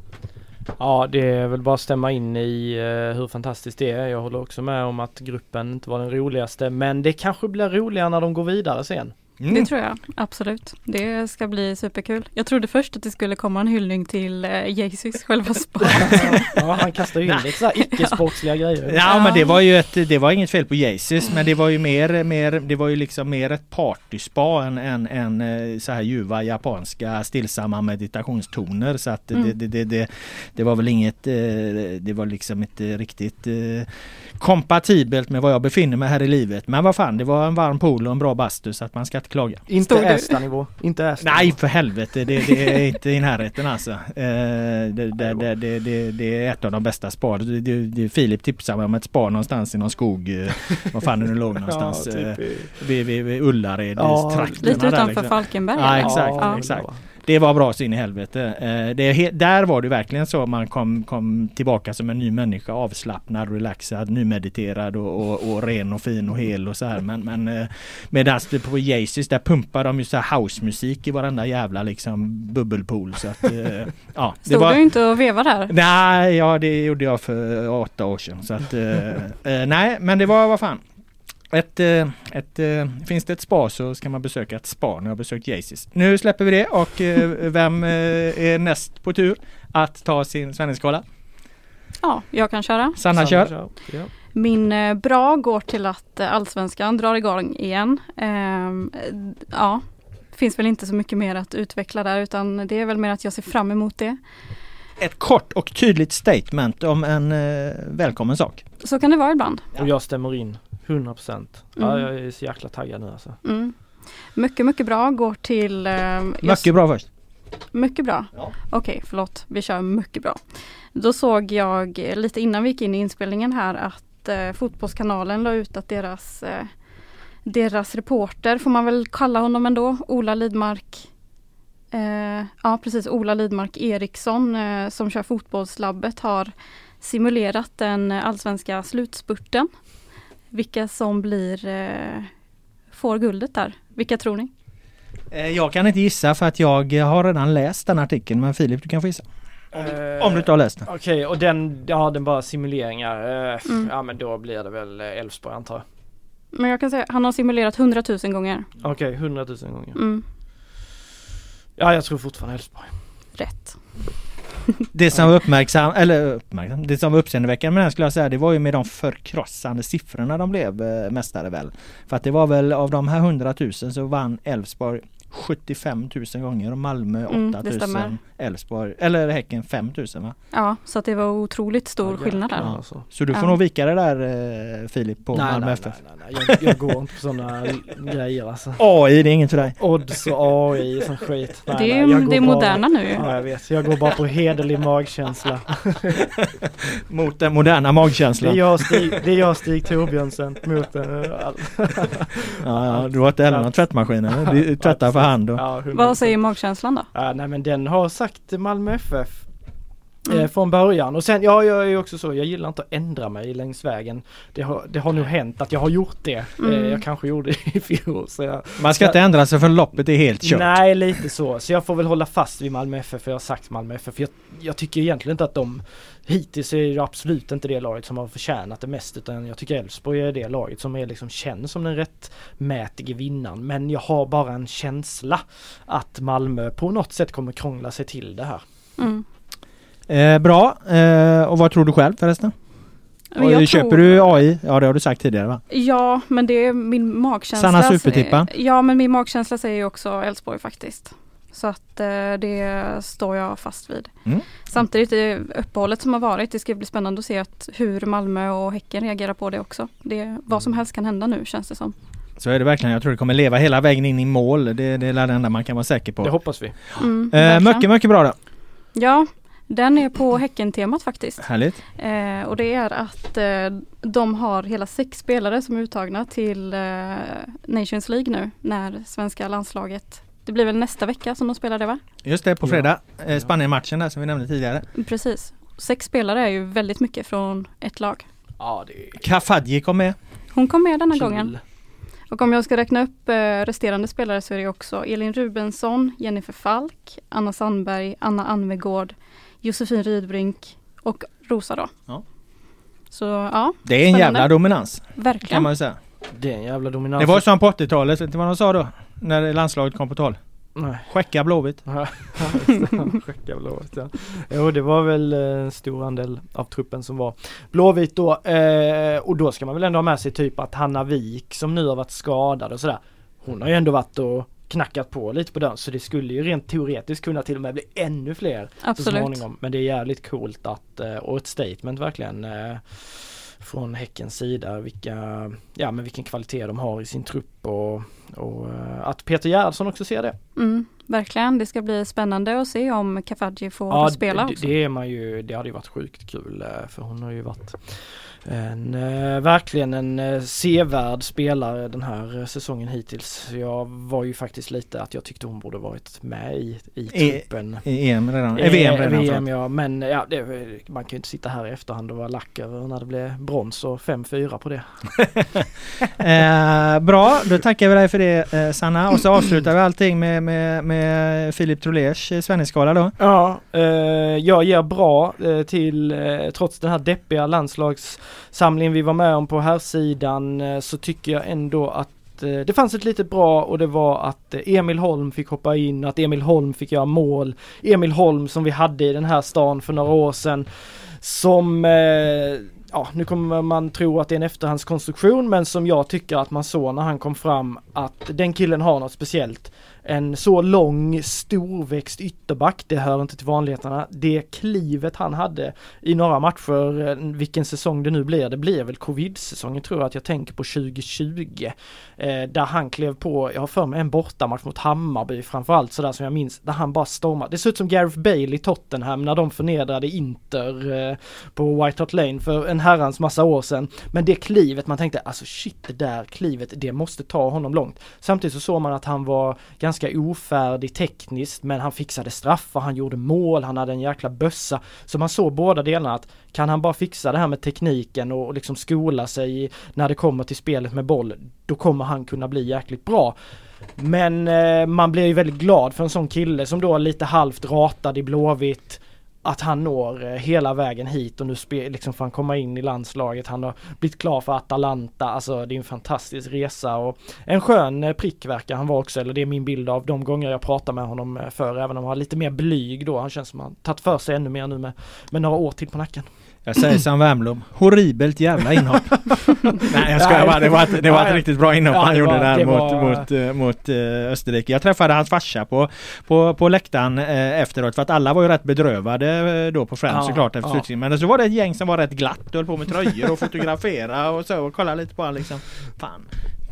Ja, det är väl bara att stämma in i uh, hur fantastiskt det är. Jag håller också med om att gruppen inte var den roligaste, men det kanske blir roligare när de går vidare sen. Mm. Det tror jag, absolut. Det ska bli superkul. Jag trodde först att det skulle komma en hyllning till uh, Jesus själva sport. Ja, han kastar ju in lite så här icke-sportsliga grejer. Ja, ja, men det var ju ett, det var inget fel på Jesus, men det var ju mer, mer det var ju liksom mer ett partyspa än, än, än så här ljuva japanska stillsamma meditationstoner, så att mm. det, det, det, det, det var väl inget, det var liksom inte riktigt kompatibelt med vad jag befinner mig här i livet. Men vad fan, det var en varm pool och en bra bastu, så att man ska inte klaga. Inte Ästa-nivå. Inte Ästa. Nej, för helvete. Det, det är inte i närheten alltså. Eh, det, det, det, det, det, det är ett av de bästa spar. Det, det, det, Filip tipsade mig om ett spar någonstans i någon skog. Eh, vad fan det nu låg någonstans. Ja, typ i... eh, vid, vid, vid Ullared. Ja, trakterna lite utanför där, liksom. Falkenberg. Ja, exakt. Ja, exakt. Det var bra så in i helvete. Eh, det, där var det verkligen så man kom, kom tillbaka som en ny människa, avslappnad, relaxad, nymediterad och, och, och ren och fin och hel och så här. Men, men eh, medan på Jesus där pumpar de ju så här housemusik i varenda jävla liksom bubbelpool. Så att, eh, ja, det Stod var... du inte och vevade där? Nej, ja, det gjorde jag för åtta år sedan. Så att, eh, eh, nej, men det var vad fan. Ett, ett, finns det ett spa så ska man besöka ett spa. Nu har jag besökt Jesus. Nu släpper vi det och vem är näst på tur att ta sin svenningskolla? Ja, jag kan köra. Sanna, Sanna kör. kör. Ja. Min bra går till att Allsvenskan drar igång igen. Ehm, ja, finns väl inte så mycket mer att utveckla där, utan det är väl mer att jag ser fram emot det. Ett kort och tydligt statement om en eh, välkommen sak. Så kan det vara ibland. Ja. Och jag stämmer in. hundra procent. Mm. Ja, jag är så jäkla taggad nu alltså. Mm. Mycket, mycket bra går till... Eh, mycket bra först. Mycket bra? Ja. Okej, okay, förlåt. Vi kör mycket bra. Då såg jag lite innan vi gick in i inspelningen här att eh, Fotbollskanalen la ut att deras, eh, deras reporter, får man väl kalla honom ändå, Ola Lidmark... Eh, ja, precis. Ola Lidmark Eriksson eh, som kör Fotbollslabbet har simulerat den allsvenska slutspurten. Vilka som blir eh, får guldet där. Vilka tror ni? Jag kan inte gissa för att jag har redan läst den artikeln, men Filip, du kan få gissa. Om, uh, om du inte har läst den. Okej, okay, och den, ja, den bara simuleringar. Uh, mm. Ja, men då blir det väl Elfsborg antar jag. Men jag kan säga, han har simulerat hundratusen gånger. Okej, okay, hundratusen gånger. Mm. Ja, jag tror fortfarande Elfsborg. Rätt. Det som var uppmärksam, eller uppmärksam, det som var uppseendeväckande med den skulle jag säga, det var ju med de förkrossande siffrorna de blev eh, mästare väl. För att det var väl av de här hundratusen så vann Elfsborg sjuttiofem tusen gånger och Malmö åtta tusen, mm, Elfsborg, eller Häcken fem tusen va? Ja, så att det var otroligt stor ja, skillnad där. Ja, så. så du får ja. nog vika det där eh, Filip på nej, Malmö nej, F F. Nej, nej, nej. Jag, jag går inte på sådana grejer alltså. A I, det är inget för dig. Odds och A I som skit. Nej, det är, nej, det är moderna bara, nu. Ja, jag vet. Jag går bara på hederlig magkänsla. Mot den moderna magkänslan. Det är jag Stig, det är jag Stig Torbjörnsen mot den. ja, ja, du har inte heller någon tvättmaskin eller? Du tvättar för hand och... Ja, vad säger magkänslan då? Ja, nej men den har sagt Malmö F F Mm. Eh, från början. Och sen, ja, jag är ju också så, jag gillar inte att ändra mig längs vägen. Det har, det har nog hänt att jag har gjort det. Mm. Eh, jag kanske gjorde det i fjol. Så jag, Man ska så, inte ändra sig för loppet är helt kört. Nej, lite så. Så jag får väl hålla fast vid Malmö F F, för jag har sagt Malmö F F. För jag, jag tycker egentligen inte att de, hittills är det absolut inte det laget som har förtjänat det mest. Utan jag tycker Elfsborg är det laget som är liksom känns som den rättmätige vinnaren. Men jag har bara en känsla att Malmö på något sätt kommer krångla sig till det här. Mm. Eh, bra. Eh, och vad tror du själv förresten? Och köper tror... du A I? Ja, det har du sagt tidigare, va? Ja, men det är min magkänsla. Sanna supertippa. Ja, men min magkänsla säger ju också Elfsborg faktiskt. Så att eh, det står jag fast vid. Mm. Samtidigt i uppehållet som har varit, det ska bli spännande att se att hur Malmö och Häcken reagerar på det också. Det, vad som helst kan hända nu, känns det som. Så är det verkligen. Jag tror det kommer leva hela vägen in i mål. Det, det är det enda man kan vara säker på. Det hoppas vi. Mm, eh, mycket, mycket bra då. Ja, den är på Häcken-temat faktiskt. Härligt. Eh, och det är att eh, de har hela sex spelare som är uttagna till eh, Nations League nu när svenska landslaget, det blir väl nästa vecka som de spelar det, va? Just det, på fredag. Ja. Eh, Spanien-matchen där som vi nämnde tidigare. Precis. Sex spelare är ju väldigt mycket från ett lag. Ja, det... Kafadji kom med. Hon kom med denna Kul. gången. Och om jag ska räkna upp eh, resterande spelare så är det också Elin Rubensson, Jennifer Falk, Anna Sandberg, Anna Anvegård, Josefin Rydbrink och Rosa då. Ja. Så ja. Det är en spännande. Jävla dominans. Verkligen. Kan man ju säga. Det är en jävla dominans. Det var som på åttiotalet, vet du vad de sa då? När landslaget kom på tal. Nej. Skäcka Blåvitt. Skäcka Blåvitt, ja. Jo, det var väl en stor andel av truppen som var Blåvitt då. Eh, och då ska man väl ändå ha med sig typ att Hanna Wik som nu har varit skadad och sådär. Hon har ju ändå varit och knackat på lite på den, så det skulle ju rent teoretiskt kunna till och med bli ännu fler. Absolut. Så småningom. Men det är jävligt coolt att, och ett statement verkligen från Häckens sida, vilka, ja, men vilken kvalitet de har i sin trupp och, och att Peter Gerhardsson också ser det. Mm, verkligen, det ska bli spännande att se om Kafadji får ja, spela det, också. Det, är man ju, det hade ju varit sjukt kul, för hon har ju varit en, eh, verkligen en eh, sevärd spelare den här eh, säsongen hittills. Jag var ju faktiskt lite att jag tyckte hon borde varit med i, i truppen. I, i E M redan? I V M redan? V M, ja. Men ja, det, man kan ju inte sitta här i efterhand och vara lack över när det blev brons och fem fyra på det. eh, bra, då tackar vi dig för det, eh, Sanna. Och så avslutar vi allting med, med, med Filip Trolers Svenningsskala då. Ja, eh, jag ger bra eh, till, eh, trots den här deppiga landslags samlingen vi var med om på här sidan, så tycker jag ändå att det fanns ett litet bra, och det var att Emil Holm fick hoppa in, att Emil Holm fick göra mål. Emil Holm som vi hade i den här stan för några år sedan, som ja, nu kommer man tro att det är en efterhandskonstruktion, men som jag tycker att man såg när han kom fram att den killen har något speciellt. En så lång, storväxt ytterback, det hör inte till vanligheterna. Det klivet han hade i några matcher, vilken säsong det nu blir, det blir väl covid-säsongen tror jag att jag tänker på tjugo tjugo. Eh, där han klev på, jag har för mig en bortamatch mot Hammarby framförallt, sådär som jag minns, där han bara stormade. Det ser ut som Gareth Bale i Tottenham när de förnedrade Inter eh, på White Hart Lane för en herrans massa år sedan. Men det klivet, man tänkte, alltså shit, det där klivet, det måste ta honom långt. Samtidigt så såg man att han var ganska ganska ofärdig tekniskt, men han fixade straffar, han gjorde mål, han hade en jäkla bössa. Så man såg båda delarna, att kan han bara fixa det här med tekniken och liksom skola sig när det kommer till spelet med boll, då kommer han kunna bli jäkligt bra. Men eh, man blir ju väldigt glad för en sån kille som då är lite halvt ratad i Blåvitt, att han når eh, hela vägen hit och nu spe, liksom får han komma in i landslaget. Han har blivit klar för Atalanta. Alltså det är en fantastisk resa och en skön eh, prick verkar han vara också, eller det är min bild av de gånger jag pratar med honom eh, för, även om han har lite mer blyg då. Han känns som att han tagit för sig ännu mer nu med, med några år till på nacken. Jag säger Sam Wernbloom, horribelt jävla inhopp. Nej, jag skojar bara. Det var ett, det var ett riktigt bra inhopp ja, han gjorde var, där mot, var... mot, mot, mot uh, Österrike. Jag träffade hans farsa på, på, på läktaren uh, efteråt, för att alla var ju rätt bedrövade uh, då på Friends ja, såklart efter ja. slutningen. Men så var det ett gäng som var rätt glatt och höll på med tröjor och fotografera och så och kolla lite på han liksom. Fan.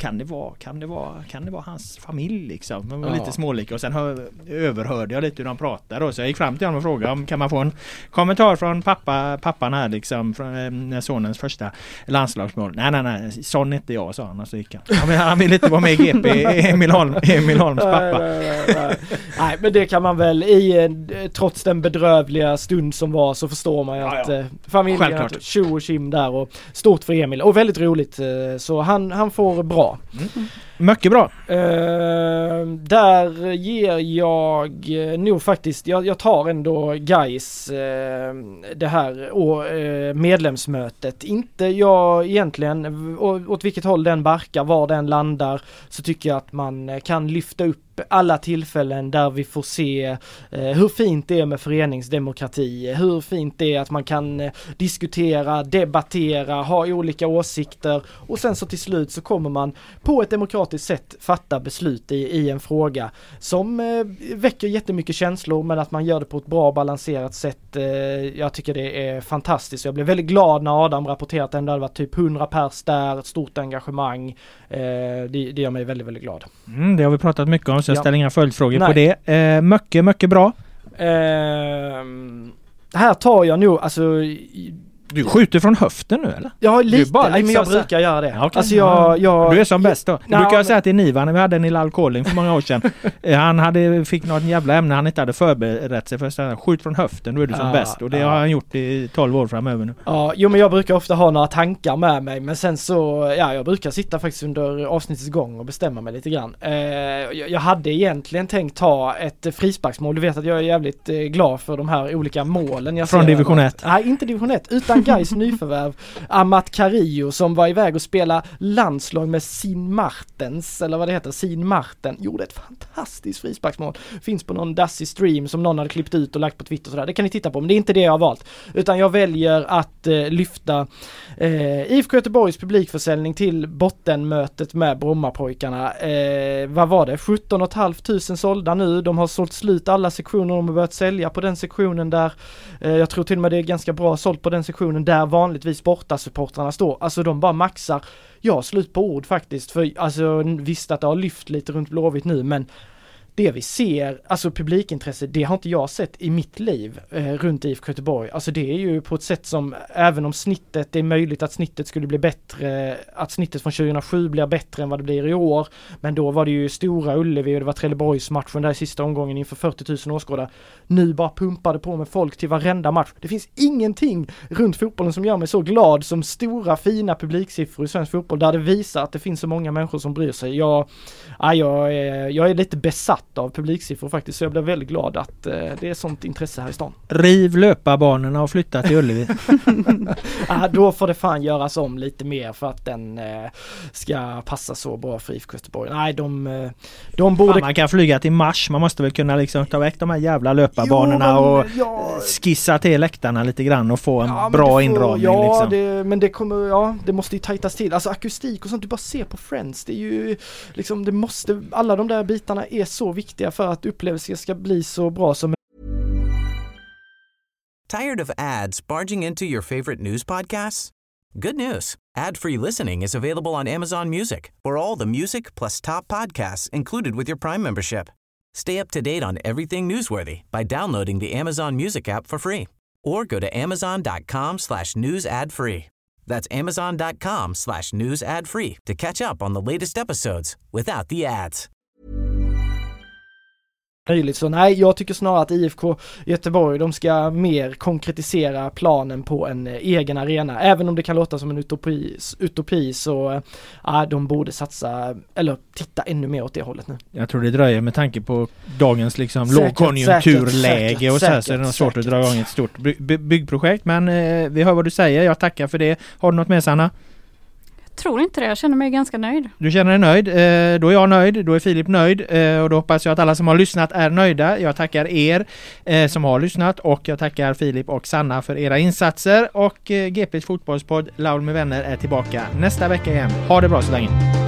kan det vara, kan det vara, kan det vara hans familj liksom? De var Ja. lite smålika och sen hör, överhörde jag lite hur de pratade och så jag gick fram till honom och frågade om kan man få en kommentar från pappa, pappan här liksom från eh, sonens första landslagsmål. Nej, nej, nej, sån inte jag, sa han och så gick han. Han, han vill inte vara med i G P, Emil, Holm, Emil Holms pappa. Nej, nej, nej, nej. Nej, men det kan man väl i eh, trots den bedrövliga stund som var så förstår man ju Ja, att ja. eh, familjen, Självklart. att tjo och kim där och stort för Emil och väldigt roligt eh, så han, han får bra. Mm. Mycket bra. Uh, där ger jag uh, nog faktiskt, jag, jag tar ändå Gais uh, det här och, uh, medlemsmötet. Inte jag egentligen, å, åt vilket håll den barkar, var den landar, så tycker jag att man kan lyfta upp alla tillfällen där vi får se eh, hur fint det är med föreningsdemokrati, hur fint det är att man kan eh, diskutera, debattera, ha olika åsikter och sen så till slut så kommer man på ett demokratiskt sätt fatta beslut i, i en fråga som eh, väcker jättemycket känslor men att man gör det på ett bra balanserat sätt. Eh, jag tycker det är fantastiskt. Jag blev väldigt glad när Adam rapporterade att det hade varit typ hundra pers där, ett stort engagemang. Eh, det, det gör mig väldigt, väldigt glad. Mm, det har vi pratat mycket om så jag Ja. ställer inga följdfrågor Nej. på det. Eh, mycket, mycket bra. Eh, här tar jag nog, alltså Du skjuter från höften nu eller? jag har lite, bara nej, men liksom jag så här- brukar göra det. Ja, okej. Alltså jag, jag Du är som bäst då. Det Nej, brukar jag men- säga till Niva när vi hade Nilla Alkoholing för många år sedan. Eh, han hade, fick något jävla ämne han inte hade förberett sig för. Så han, skjut från höften, då är du som Ja, bäst. Och det ja. har han gjort i tolv år framöver nu. Ja, jo men jag brukar ofta ha några tankar med mig men sen så, ja jag brukar sitta faktiskt under avsnittets gång och bestämma mig lite grann. Eh, jag, jag hade egentligen tänkt ta ett frisparksmål, du vet att jag är jävligt eh, glad för de här olika målen jag Från ser. division ett. Nej, inte division ett, utan Gais nyförvärv Amat Carillo som var iväg och spela landslag med Sin Martens, eller vad det heter, Sin Marten, gjorde ett fantastiskt frisparksmål. Finns på någon dassig stream som någon hade klippt ut och lagt på Twitter och sådär. Det kan ni titta på, men det är inte det jag har valt. Utan jag väljer att eh, lyfta eh, I F K Göteborgs publikförsäljning till bottenmötet med Brommapojkarna. Eh, vad var det? sjutton och ett halvt tusen sålda nu. De har sålt slut alla sektioner, de har börjat sälja på den sektionen där eh, jag tror till och med det är ganska bra sålt på den sektionen där vanligtvis bortasupportrarna står. Alltså de bara maxar. Jag har slut på ord faktiskt. För alltså visst att det har lyft lite runt Blåvitt nu, men det vi ser, alltså publikintresse, det har inte jag sett i mitt liv eh, runt I F K Göteborg. Alltså det är ju på ett sätt som, även om snittet, det är möjligt att snittet skulle bli bättre, att snittet från tjugohundrasju blir bättre än vad det blir i år. Men då var det ju Stora Ullevi och det var Trelleborgsmatchen där i sista omgången inför fyrtio tusen åskådare. Nu bara pumpade på med folk till varenda match. Det finns ingenting runt fotbollen som gör mig så glad som stora fina publiksiffror i svensk fotboll där det visar att det finns så många människor som bryr sig. Jag, ja, jag, är, jag är lite besatt av publiksiffror faktiskt, så jag blev väldigt glad att eh, det är sånt intresse här i stan. Riv löparbanorna och flytta till Ullevi. ah, då får det fan göras om lite mer för att den eh, ska passa så bra för I F K Göteborg. Nej, de, eh, de borde... Fan, man kan flyga till Mars, man måste väl kunna liksom ta väck de här jävla löparbanorna Jo, men, och ja. skissa till läktarna lite grann och få en Ja, men bra det får- inramning. Ja, liksom. det, men det kommer, ja, det måste ju tajtas till. Alltså akustik och sånt, du bara ser på Friends. Det är ju liksom, det måste, alla de där bitarna är så viktiga för att upplevelsen ska bli så bra som. Tired of ads barging into your favorite news podcasts? Good news. Ad-free listening is available on Amazon Music for all the music plus top podcasts included with your Prime membership. Stay up to date on everything newsworthy by downloading the Amazon Music app for free or go to amazon.com slash news ad free. That's amazon.com slash news ad free to catch up on the latest episodes without the ads. Möjligt. Så nej, jag tycker snarare att I F K Göteborg, de ska mer konkretisera planen på en eh, egen arena. Även om det kan låta som en utopi, utopi så ja, de borde satsa, eller titta ännu mer åt det hållet nu. Jag tror det dröjer med tanke på dagens liksom Säkert, lågkonjunkturläge säkert, och så här, säkert, så är det nog svårt säkert. att dra igång ett stort by- by- byggprojekt. Men eh, vi hör vad du säger, jag tackar för det. Har du något med, Sanna? Tror inte det, jag känner mig ganska nöjd. Du känner dig nöjd, eh, då är jag nöjd, då är Filip nöjd eh, och då hoppas jag att alla som har lyssnat är nöjda. Jag tackar er eh, som har lyssnat och jag tackar Filip och Sanna för era insatser och eh, G P:s fotbollspodd Laul med vänner är tillbaka nästa vecka igen. Ha det bra så länge!